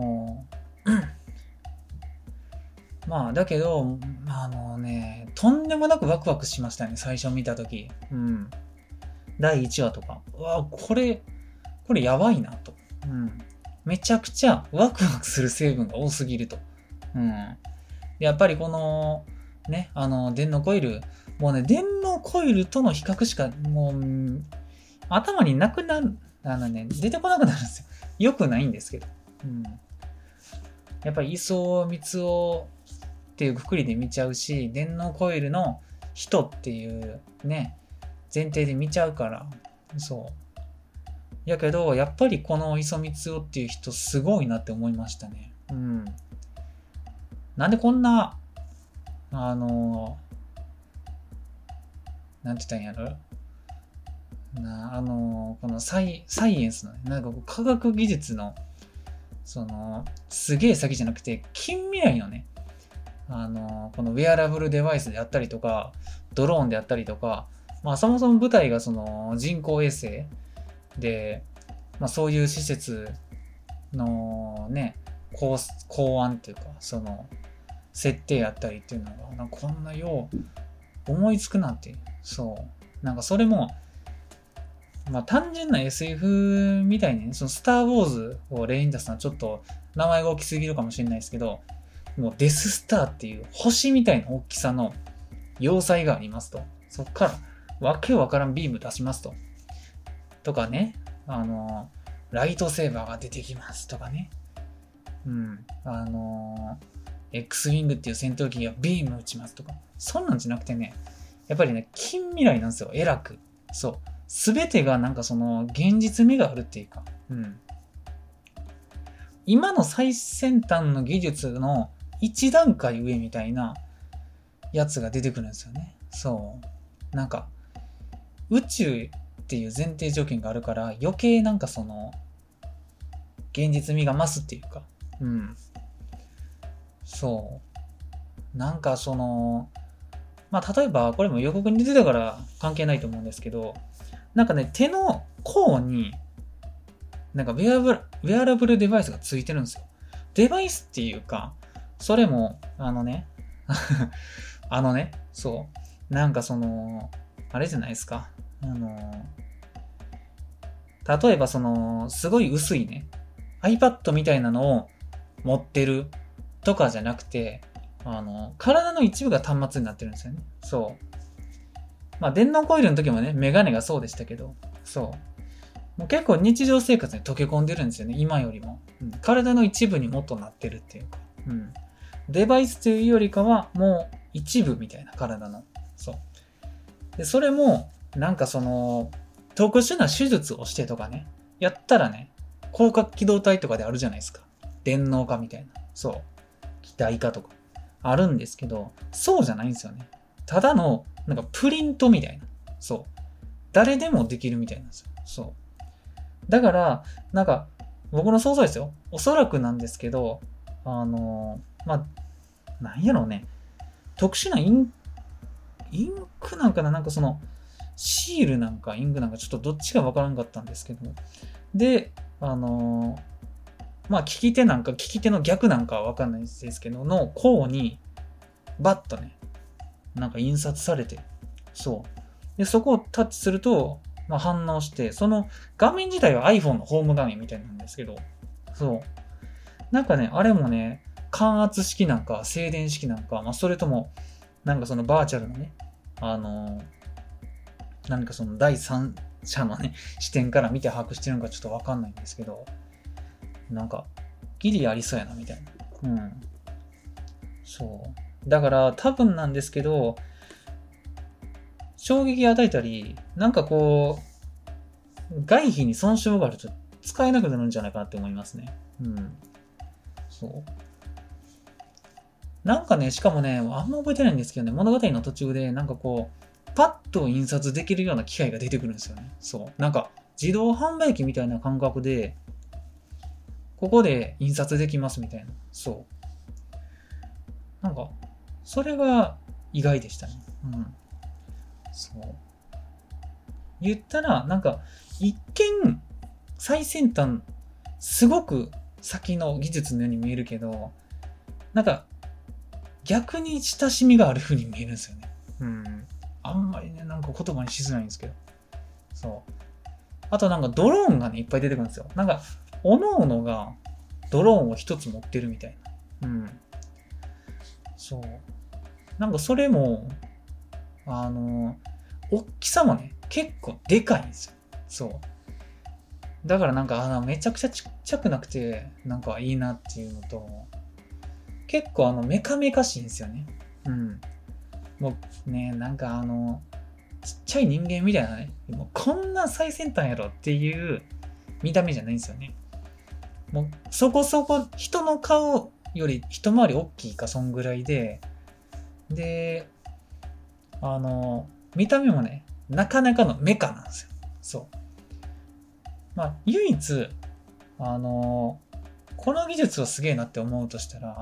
まあ、だけど、とんでもなくワクワクしましたね、最初見たとき。うん。第1話とか。うわ、これやばいなと。うん。めちゃくちゃワクワクする成分が多すぎると。うん。やっぱりこの、ね、電脳コイル、もうね、電脳コイルとの比較しか、もう、頭になくなる、出てこなくなるんですよ。よくないんですけど。うん。やっぱり磯光雄っていうくくりで見ちゃうし、電脳コイルの人っていうね、前提で見ちゃうから、そう。やけど、やっぱりこの磯光雄っていう人すごいなって思いましたね。うん。なんでこんな、なんて言ったんやろこのサイエンスのね、なんか科学技術の、すげえ先じゃなくて、近未来のね、このウェアラブルデバイスであったりとか、ドローンであったりとか、まあそもそも舞台がその人工衛星で、まあそういう施設のね、考案っていうか、設定やったりっていうのが、なんかこんなよう思いつくなんて、そう。なんかそれも、まあ単純な SF みたいにね、そのスター・ウォーズを例に出すのはちょっと名前が大きすぎるかもしれないですけど、もうデススターっていう星みたいな大きさの要塞がありますと。そっからわけわからんビーム出しますと。とかね、ライトセーバーが出てきますとかね。うん。X ウィングっていう戦闘機がビーム撃ちますとか。そんなんじゃなくてね、やっぱりね、近未来なんですよ。えらく。そう。すべてがなんか現実味があるっていうか。うん。今の最先端の技術の一段階上みたいなやつが出てくるんですよね。そう。なんか、宇宙っていう前提条件があるから余計なんか現実味が増すっていうか。うん。そう。なんかまあ例えばこれも予告に出てたから関係ないと思うんですけど、なんかね、手の甲になんかウェアラブルデバイスがついてるんですよ。デバイスっていうか、それも、そう。なんかあれじゃないですか。例えばすごい薄いね、iPad みたいなのを持ってるとかじゃなくて、体の一部が端末になってるんですよね。そう。まあ、電脳コイルの時もね、メガネがそうでしたけど、そう。もう結構日常生活に溶け込んでるんですよね、今よりも。うん、体の一部にもっとなってるっていうか。うん。デバイスというよりかは、もう一部みたいな体の。そう。で、それも、なんか特殊な手術をしてとかね、やったらね、広角機動隊とかであるじゃないですか。電脳化みたいな。そう。機体化とか。あるんですけど、そうじゃないんですよね。ただの、なんかプリントみたいな。そう。誰でもできるみたいなんですよ。そう。だから、なんか、僕の想像ですよ。おそらくなんですけど、まあ、なんやろうね。特殊なインクなんかな、なんかシールなんかインクなんかちょっとどっちかわからんかったんですけど。で、まあ、利き手の逆なんかはわかんないですけど、の甲に、バッとね、なんか印刷されて、そう。で、そこをタッチすると、まあ、反応して、その画面自体は iPhone のホーム画面みたいなんですけど、そう。なんかね、あれもね、感圧式なんか、静電式なんか、まあ、それとも、なんかバーチャルのね、何か第三者のね、視点から見て把握してるのかちょっとわかんないんですけど、なんか、ギリありそうやな、みたいな。うん。そう。だから、多分なんですけど、衝撃与えたり、なんか外皮に損傷があると使えなくなるんじゃないかなって思いますね。うん。そう。 なんかね、しかもね、あんま覚えてないんですけどね、物語の途中で、なんかこう、パッと印刷できるような機械が出てくるんですよね。そう。なんか、自動販売機みたいな感覚で、ここで印刷できますみたいな。そう。なんか、それが意外でしたね。うん。そう。言ったら、なんか、一見、最先端、すごく先の技術のように見えるけど、なんか、逆に親しみがある風に見えるんですよね。うん。あんまりね、なんか言葉にしづらいんですけど。そう。あとなんかドローンがね、いっぱい出てくるんですよ。なんか、各々がドローンを一つ持ってるみたいな。うん。そう。なんかそれも、大きさもね、結構でかいんですよ。そう。だからなんか、めちゃくちゃちっちゃくなくて、なんかいいなっていうのと、結構メカメカしいんですよね。うん。もうね、なんかちっちゃい人間みたいなね、もうこんな最先端やろっていう見た目じゃないんですよね。もうそこそこ人の顔より一回り大きいかそんぐらいで、見た目もね、なかなかのメカなんですよ。そう。まあ、唯一、この技術をすげえなって思うとしたら、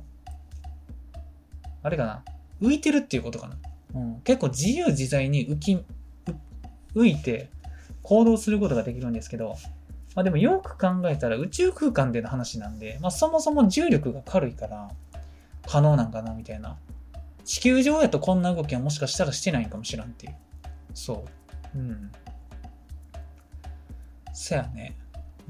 あれかな、浮いてるっていうことかな。うん、結構自由自在に浮いて行動することができるんですけど、まあでもよく考えたら宇宙空間での話なんで、まあそもそも重力が軽いから可能なんかなみたいな。地球上やとこんな動きはもしかしたらしてないんかもしらんっていう。そう。うん。そやね。うん。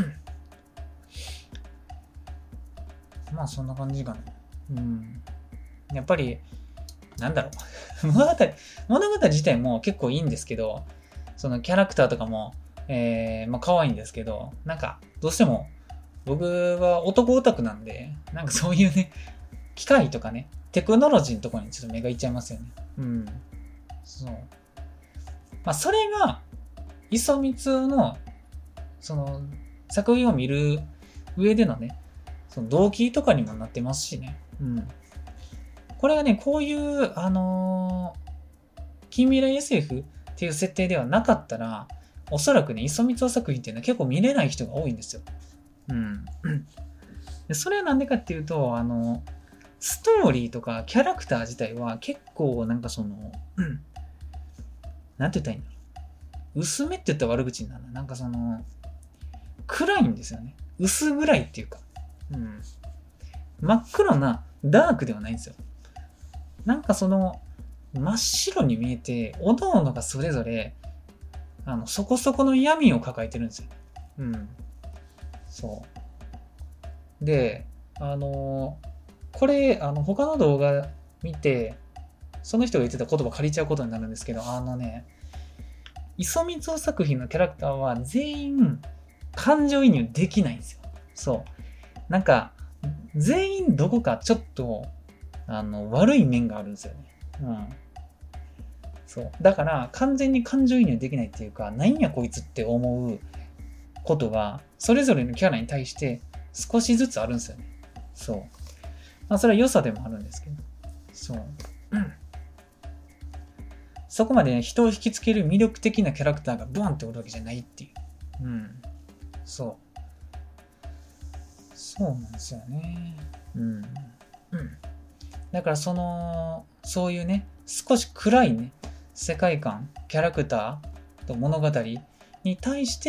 まあそんな感じかな。うん。やっぱり、なんだろう。物語自体も結構いいんですけど、そのキャラクターとかも、まあ可愛いんですけど、なんか、どうしても、僕は男オタクなんで、なんかそういうね、機械とかね、テクノロジーのところにちょっと目がいっちゃいますよね。うん。そう。まあそれが、磯光の、その、作品を見る上でのね、その動機とかにもなってますしね。うん。これがね、こういう、近未来 SF っていう設定ではなかったら、おそらくね、磯光作品っていうのは結構見れない人が多いんですよ。うん。でそれはなんでかっていうと、ストーリーとかキャラクター自体は結構なんかその、なんて言ったらいいんだろう。薄めって言ったら悪口になるな。なんかその、暗いんですよね。薄暗いっていうか。うん。真っ黒なダークではないんですよ。なんかその、真っ白に見えて、おのおのがそれぞれ、そこそこの闇を抱えてるんですよ。うん。そう。で、これ、他の動画見て、その人が言ってた言葉借りちゃうことになるんですけど、磯光作品のキャラクターは全員感情移入できないんですよ。そう。なんか、全員どこかちょっと、悪い面があるんですよね。うん。そう。だから、完全に感情移入できないっていうか、なんやこいつって思うことが、それぞれのキャラに対して少しずつあるんですよね。そう。まあ、それは良さでもあるんですけど。そう。そこまで、ね、人を引きつける魅力的なキャラクターがボンっておるわけじゃないっていう。うん。そう。そうなんですよね。うん。うん。だからそういうね、少し暗いね、世界観、キャラクターと物語に対して、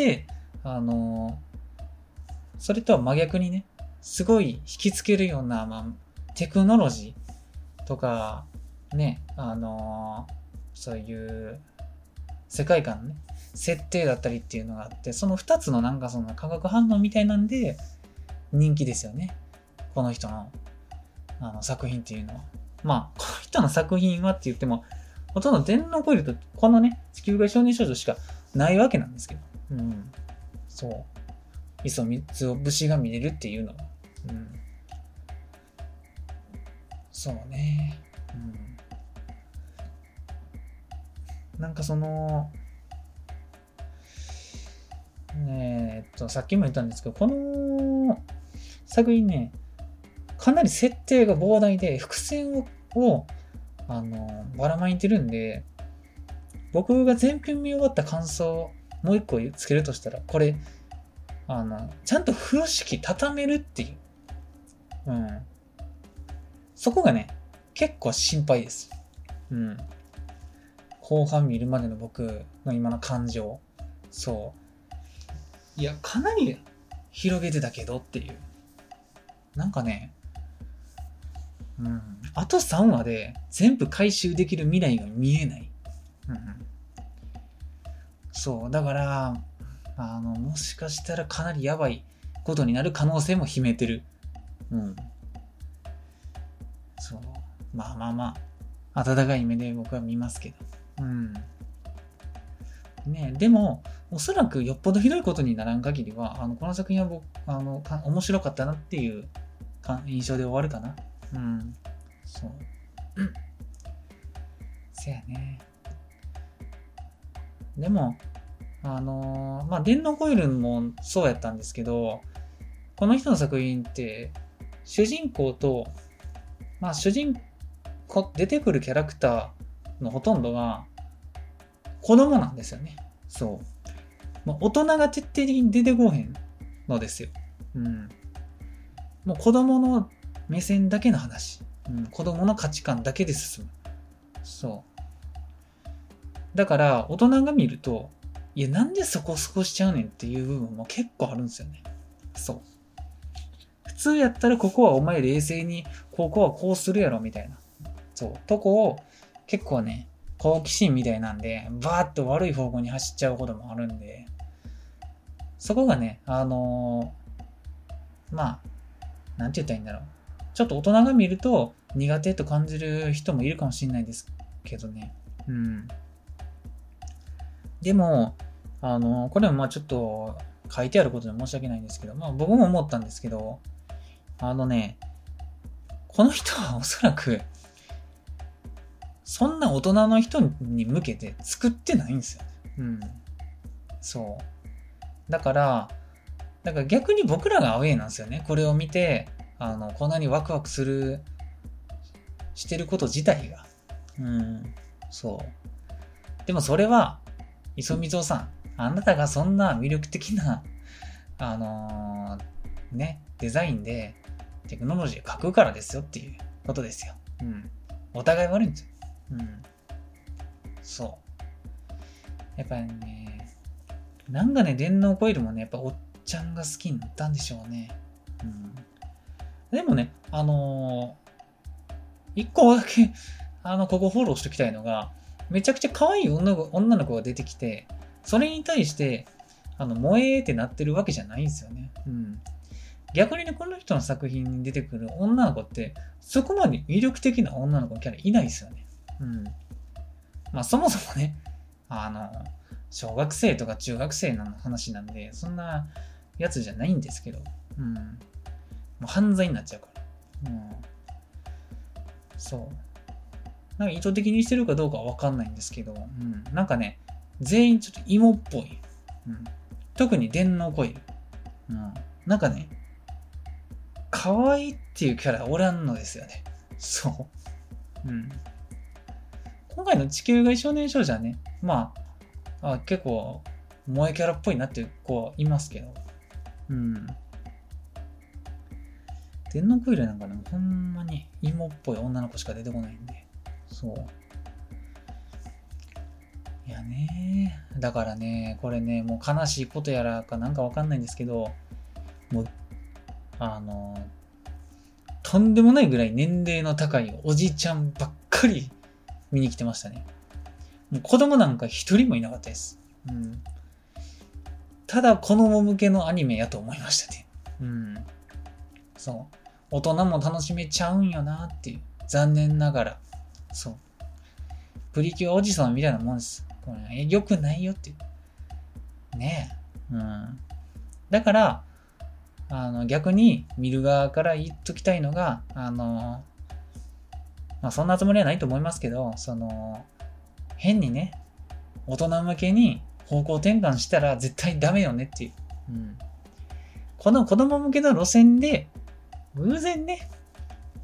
それとは真逆にね、すごい引きつけるような、まあ、テクノロジーとか、ね、そういう世界観のね、設定だったりっていうのがあって、その二つのなんかその化学反応みたいなんで人気ですよね。この人の作品っていうのは。まあ、この人の作品はって言っても、ほとんど電脳コイルとこのね、地球外少年少女しかないわけなんですけど。うん。そう。磯光節が見れるっていうのは。うん。そうね。うん。なんかその、さっきも言ったんですけど、この作品ね、 かなり設定が膨大で、伏線をばらまいてるんで、僕が全編見終わった感想、もう一個つけるとしたら、これ、ちゃんと風呂敷畳めるっていう。そこがね、結構心配です。後半見るまでの僕の今の感情。そう。いや、かなり広げてたけどっていう。なんかね、あと3話で全部回収できる未来が見えない。そう。だから、もしかしたらかなりやばいことになる可能性も秘めてる。そう。まあ、温かい目で僕は見ますけど。ね、でも、おそらくよっぽどひどいことにならん限りは、この作品は僕、面白かったなっていう印象で終わるかな。そう。せやね。でも、電脳コイルもそうやったんですけど、この人の作品って、主人公と、出てくるキャラクターのほとんどが子供なんですよね。そう。大人が徹底的に出てこへんのですよ。もう子供の目線だけの話。子供の価値観だけで進む。そう。だから、大人が見ると、いや、なんでそこ過ごしちゃうねんっていう部分も結構あるんですよね。そう。普通やったらここはお前冷静に、ここはこうするやろみたいな。そう。とこを結構ね、好奇心みたいなんで、バーッと悪い方向に走っちゃうこともあるんで、そこがね、なんて言ったらいいんだろう。ちょっと大人が見ると苦手と感じる人もいるかもしれないですけどね。でも、これもちょっと書いてあることで申し訳ないんですけど、僕も思ったんですけど、この人はおそらく、そんな大人の人に向けて作ってないんですよね。そう。だから逆に僕らがアウェイなんですよね。これを見て、こんなにワクワクしてること自体が。そう。でもそれは、磯溝さん、あなたがそんな魅力的な、デザインでテクノロジーを書くからですよっていうことですよ。お互い悪いんですよ。そう。やっぱりね、電脳コイルもね、やっぱおっちゃんが好きになったんでしょうね。でもね、一個だけ、ここフォローしておきたいのが、めちゃくちゃ可愛い女の子が出てきて、それに対して、萌えーってなってるわけじゃないんですよね。逆にね、この人の作品に出てくる女の子って、そこまで魅力的な女の子のキャラいないですよね。そもそもね、小学生とか中学生の話なんで、そんなやつじゃないんですけど、もう犯罪になっちゃうから。そう。意図的にしてるかどうかはわかんないんですけど、全員ちょっと芋っぽい。特に電脳コイル。可愛いっていうキャラおらんのですよね。そう。今回の地球外少年少女はね、結構、萌えキャラっぽいなっていう子はいますけど。電脳コイルなんかね、ほんまに芋っぽい女の子しか出てこないんで。そう。いやね、だからね、これね、もう悲しいことやらかなんかわかんないんですけど、もう、とんでもないぐらい年齢の高いおじちゃんばっかり見に来てましたね。もう子供なんか一人もいなかったです。ただ子供向けのアニメやと思いましたね。そう。大人も楽しめちゃうんよなっていう。残念ながら。そう。プリキュアおじさんみたいなもんです。これ良くないよっていう。ねえ。だから、逆に見る側から言っときたいのが、そんなつもりはないと思いますけど、変にね、大人向けに方向転換したら絶対ダメよねっていう。この子供向けの路線で、偶然ね、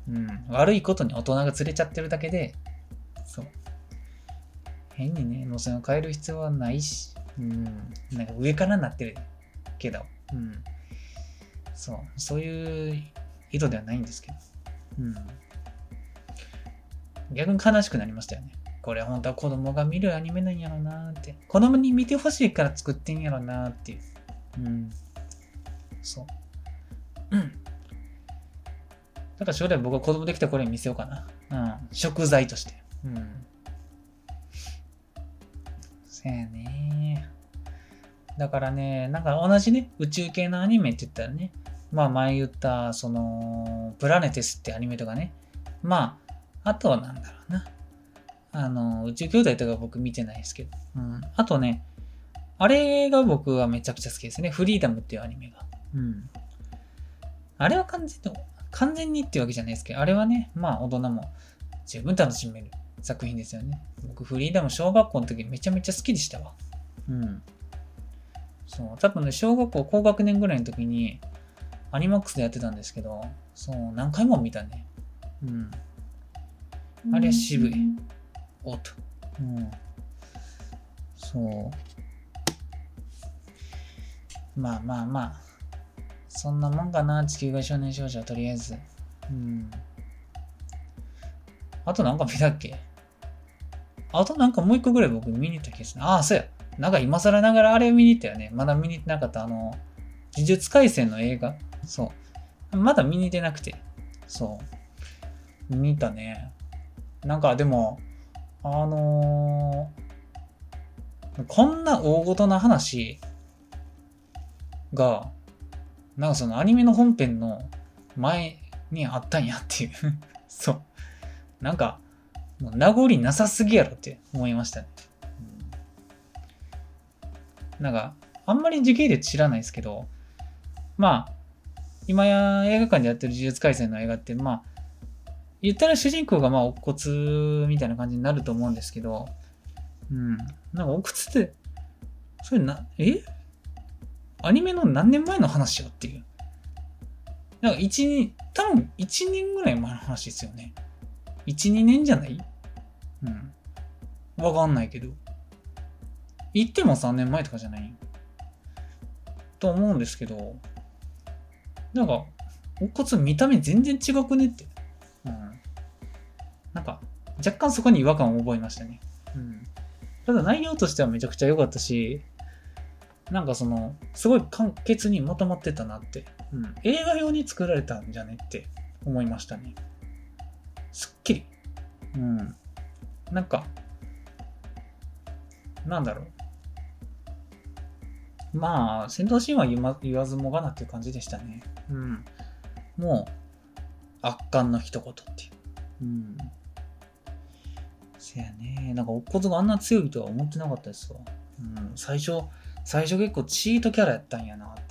悪いことに大人が連れちゃってるだけで、そう。変にね、路線を変える必要はないし、なんか上からなってるけど、そういう意図ではないんですけど、逆に悲しくなりましたよね。これ本当は子供が見るアニメなんやろうなーって。子供に見てほしいから作ってんやろうなーっていう。そう。だから将来僕は子供できたらこれ見せようかな。食材として。せやねー。だからね、なんか同じね、宇宙系のアニメって言ったらね、前言った、プラネテスってアニメとかね。あとはなんだろうな。宇宙兄弟とか僕見てないですけど。あとね、あれが僕はめちゃくちゃ好きですね。フリーダムっていうアニメが。あれは完全にっていうわけじゃないですけど、あれはね、大人も十分楽しめる作品ですよね。僕、フリーダム小学校の時めちゃめちゃ好きでしたわ。そう、多分ね、小学校高学年ぐらいの時に、アニマックスでやってたんですけど、何回も見たね。あれは渋い。おっと。そう。そんなもんかな、地球外少年少女はとりあえず。あとなんか見たっけ？あとなんかもう一個ぐらい僕見に行った気がする。そうや。なんか今更ながらあれ見に行ったよね。まだ見に行ってなかった。呪術廻戦の映画。そう。まだ見に行ってなくて。そう。見たね。なんかでも、こんな大ごとな話が、なんかそのアニメの本編の前にあったんやっていうそう。なんか、もう名残なさすぎやろって思いましたね。なんか、あんまり時系列知らないですけど、今や映画館でやってる呪術廻戦の映画って、言ったら主人公が乙骨みたいな感じになると思うんですけど、なんか乙骨って、それアニメの何年前の話よっていう。なんか多分1年ぐらい前の話ですよね。1、2年じゃない？わかんないけど。言っても3年前とかじゃないと思うんですけど、なんか、乙骨見た目全然違くねって。なんか、若干そこに違和感を覚えましたね。ただ内容としてはめちゃくちゃ良かったし、なんかすごい簡潔にまとまってたなって。映画用に作られたんじゃねって思いましたね。すっきり。なんか、なんだろう。戦闘シーンは言わずもがなっていう感じでしたね。もう、圧巻の一言っていう。せやね。なんか、乙骨があんな強いとは思ってなかったですわ。最初結構チートキャラやったんやなって。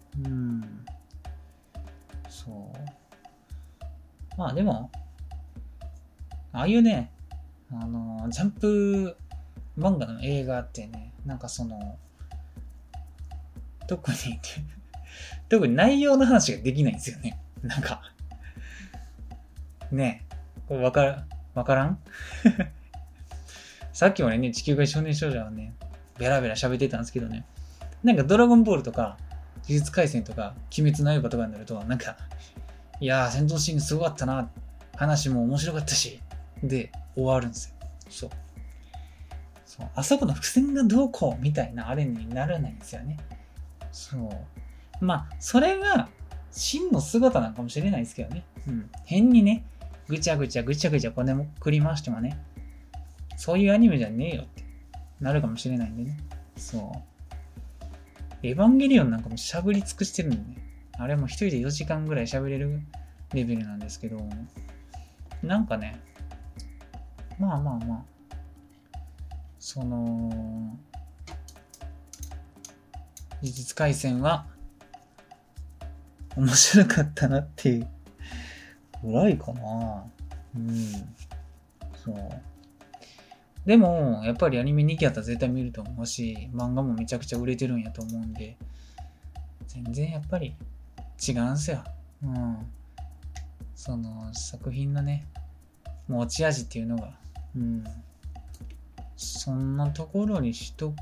そう。でも、ああいうね、ジャンプ漫画の映画ってね、なんか特に内容の話ができないんですよね。なんか、ねえ、わからんさっきまでね、地球外少年少女はね、ベラベラ喋ってたんですけどね、なんかドラゴンボールとか、呪術廻戦とか、鬼滅の刃とかになると、なんか、いやー、戦闘シーンすごかったな、話も面白かったし、で、終わるんですよ。そう。あそこの伏線がどうこうみたいなあれにならないんですよね。そう。それが真の姿なのかもしれないですけどね。変にね、ぐちゃぐちゃこねもくり回してもね、そういうアニメじゃねえよってなるかもしれないんでね。そう。エヴァンゲリオンなんかもしゃぶり尽くしてるんでね。あれも一人で4時間ぐらい喋れるレベルなんですけど、なんかね、呪術廻戦は面白かったなっていうぐらいかな。そう。でも、やっぱりアニメ2期やったら絶対見ると思うし、漫画もめちゃくちゃ売れてるんやと思うんで、全然やっぱり違うんすよ。 その作品のね、持ち味っていうのが、そんなところにしとく。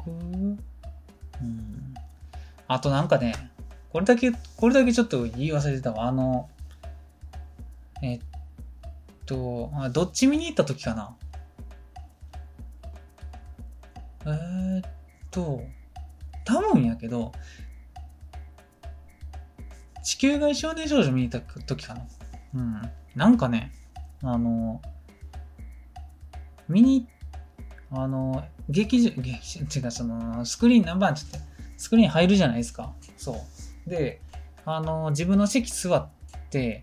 あとなんかね、これだけちょっと言い忘れてたわ。どっち見に行った時かな。多分やけど、地球外少年少女見に行った時かな。なんかね、見に、劇場、違う、その、スクリーン何番って言って、スクリーン入るじゃないですか。そう。で、自分の席座って、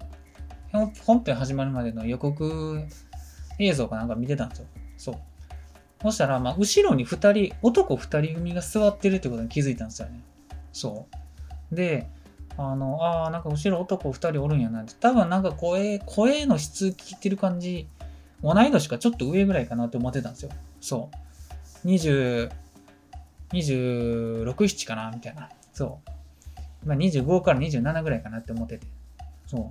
本編始まるまでの予告映像かなんか見てたんですよ。そう。そしたら、後ろに男二人組が座ってるってことに気づいたんですよね。そう。で、なんか後ろ男二人おるんやなって。多分なんか声の質聞いてる感じ、同い年かちょっと上ぐらいかなって思ってたんですよ。そう。26、7かなみたいな。そう。25から27ぐらいかなって思ってて。そう。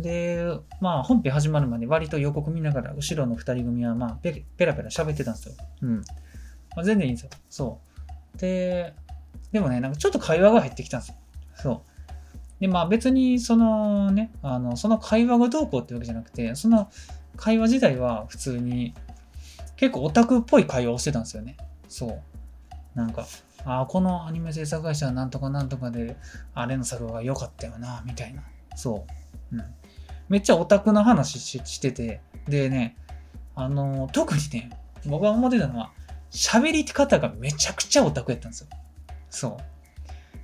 で、本編始まるまで割と予告見ながら、後ろの二人組はペラペラ喋ってたんですよ。全然いいんですよ。そう。でもね、なんかちょっと会話が入ってきたんですよ。そう。で、別にそのね、その会話がどうこうってわけじゃなくて、その会話自体は普通に結構オタクっぽい会話をしてたんですよね。そう。なんか、このアニメ制作会社はなんとかなんとかで、あれの作画が良かったよな、みたいな。そう。めっちゃオタクの話してて、でね、特にね、僕が思ってたのは、喋り方がめちゃくちゃオタクやったんですよ。そう。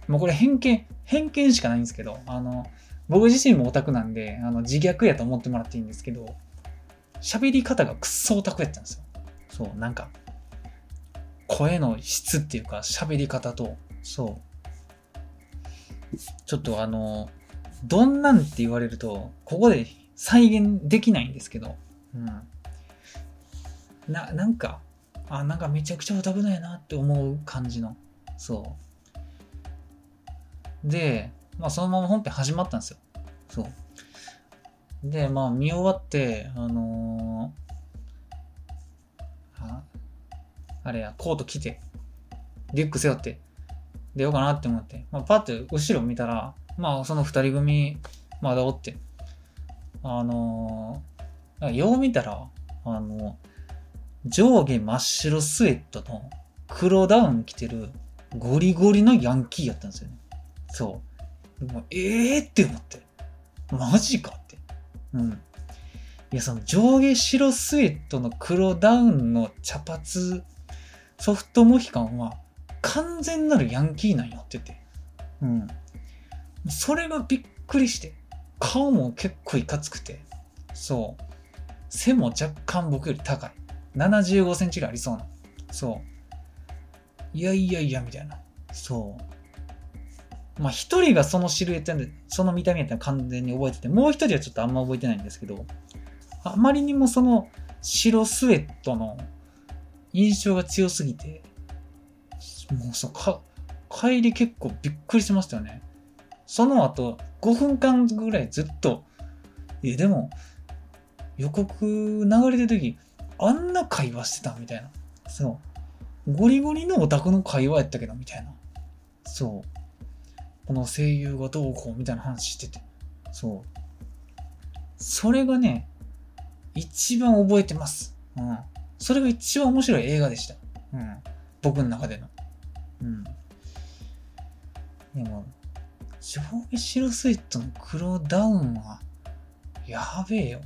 もうこれ偏見しかないんですけど、僕自身もオタクなんで、自虐やと思ってもらっていいんですけど、喋り方がくっそオタクやったんですよ。そう、なんか、声の質っていうか、喋り方と、そう。ちょっとどんなんって言われると、ここで再現できないんですけど、なんかめちゃくちゃオタクだよなって思う感じの、そう。で、そのまま本編始まったんですよ。そう。で、見終わって、あれや、コート着て、リュック背負って、出ようかなって思って、パッて後ろ見たら、その二人組、まだおって、よう見たら、上下真っ白スウェットの黒ダウン着てるゴリゴリのヤンキーやったんですよね。そう。もうって思って。マジかって。いや、その上下白スウェットの黒ダウンの茶髪、ソフトモヒカンは完全なるヤンキーなんやってて。それがびっくりして。顔も結構いかつくて。そう。背も若干僕より高い。75センチがありそうな。そう。いや、みたいな。そう。一人がそのシルエットで、その見た目やったら完全に覚えてて、もう一人はちょっとあんま覚えてないんですけど、あまりにもその白スウェットの印象が強すぎて、もう帰り結構びっくりしましたよね。その後、5分間ぐらいずっと、でも、予告流れてる時、あんな会話してたみたいな。そう。ゴリゴリのオタクの会話やったけど、みたいな。そう。この声優がどうこうみたいな話してて。そう。それがね、一番覚えてます。それが一番面白い映画でした。僕の中での。でも、上下白スウェットの黒ダウンは、やべえよ。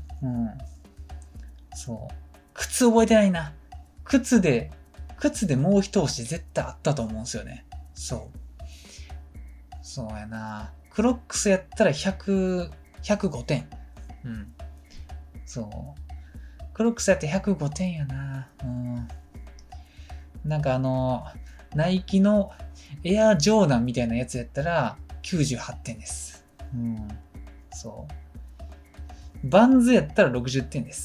そう。靴覚えてないな。靴でもう一押し絶対あったと思うんですよね。そう。そうやな。クロックスやったら105点。そう。クロックスやって105点やな。なんかナイキのエアジョーダンみたいなやつやったら98点です。そう。バンズやったら60点です。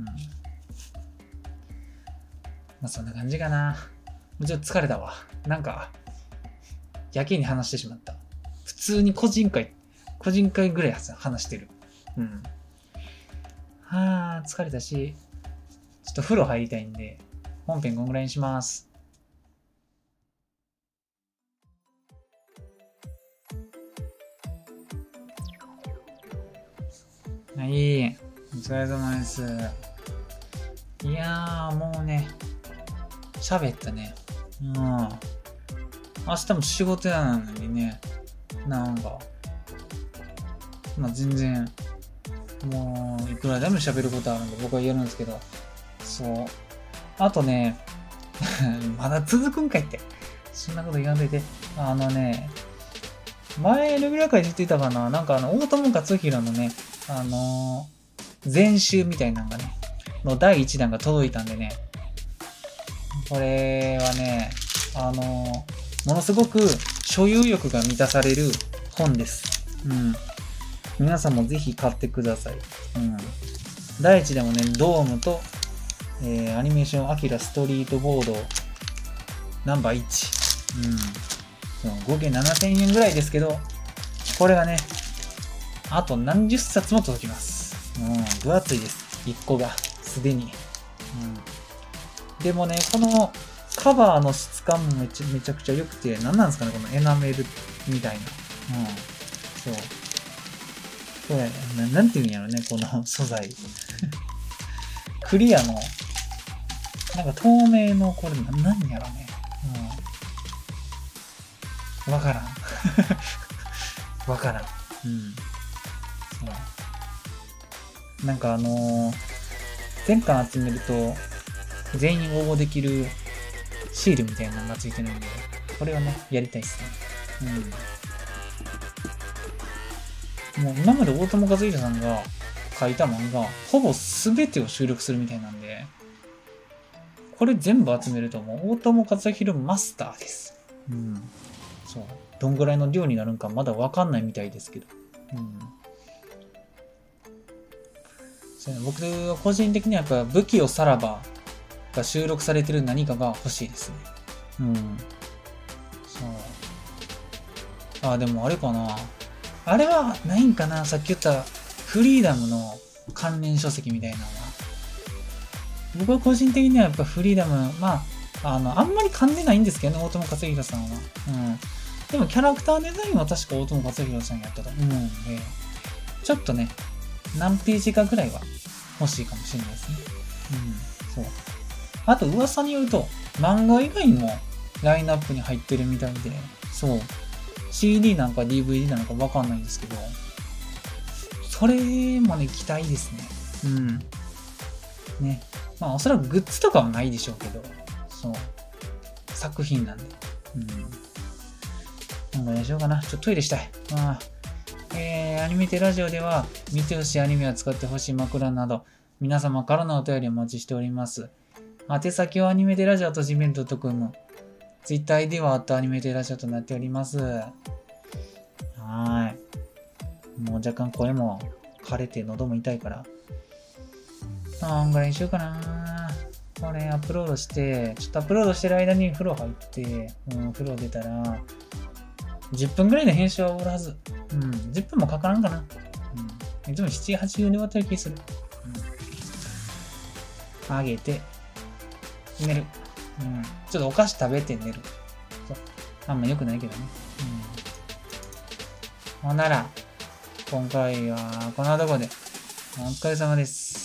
そんな感じかな。ちょっと疲れたわ。なんか、やけに話してしまった。普通に個人会ぐらい話してる。 疲れたし、ちょっと風呂入りたいんで、本編こんぐらいにします。はい、お疲れ様です。いやー、もうね、喋ったね。明日も仕事やなのにね、なんか、全然、もう、いくらでも喋ることあるんで僕は言えるんですけど、そう。あとね、まだ続くんかいって。そんなこと言わんといて。前レベル会で言ってたかな、大友克洋のね、全集みたいなのがね、の第1弾が届いたんでね、これはね、ものすごく所有欲が満たされる本です。皆さんもぜひ買ってください。第1弾もね、ドームと、アニメーションアキラストリートボードナンバー1。合計7000円ぐらいですけど、これがね、あと何十冊も届きます。分厚いです。1個が、すでに。でもね、このカバーの質感もめちゃくちゃ良くて、何なんですかね、このエナメルみたいな。そう。これ、なんていうんやろね、この素材。クリアの、透明の、これ、何やろね。わからん。わからん。全巻集めると、全員応募できるシールみたいなのがついてるんで、これはね、やりたいっすね。もう今まで大友克洋さんが書いた漫画、ほぼ全てを収録するみたいなんで、これ全部集めるともう大友克洋マスターです。そう。どんぐらいの量になるんかまだわかんないみたいですけど。僕は個人的にはやっぱ武器をさらばが収録されてる何かが欲しいですね。そう。でもあれかな。あれはないんかな、さっき言ったフリーダムの関連書籍みたいなのは。僕は個人的にはやっぱフリーダム、あんまり噛んでないんですけどね、大友克洋さんは。でもキャラクターデザインは確か大友克洋さんやったと思うんで、ちょっとね、何ページかぐらいは欲しいかもしれないですね。そう。あと噂によると、漫画以外もラインナップに入ってるみたいで、そう。CD なんか DVD なのかわかんないんですけど、それもね、期待ですね。ね。おそらくグッズとかはないでしょうけど、そう。作品なんで。何しようかな。ちょっとトイレしたい。アニメテラジオでは、見てほしいアニメを使ってほしい枕など、皆様からのお便りをお待ちしております。宛先はアニメテラジオと gmail.com。Twitter ID はアニメテラジオとなっております。もう若干声も枯れて喉も痛いから。ぐらいにしようかな。これアップロードして、ちょっとアップロードしてる間に風呂入って、風呂出たら、10分ぐらいの編集は終わるはず。10分もかからんかな。いつも7、8分で終わってる気する。上げて、寝る。ちょっとお菓子食べて寝る。そう。あんま良くないけどね。ほんなら、今回はこんなとこで、お疲れ様です。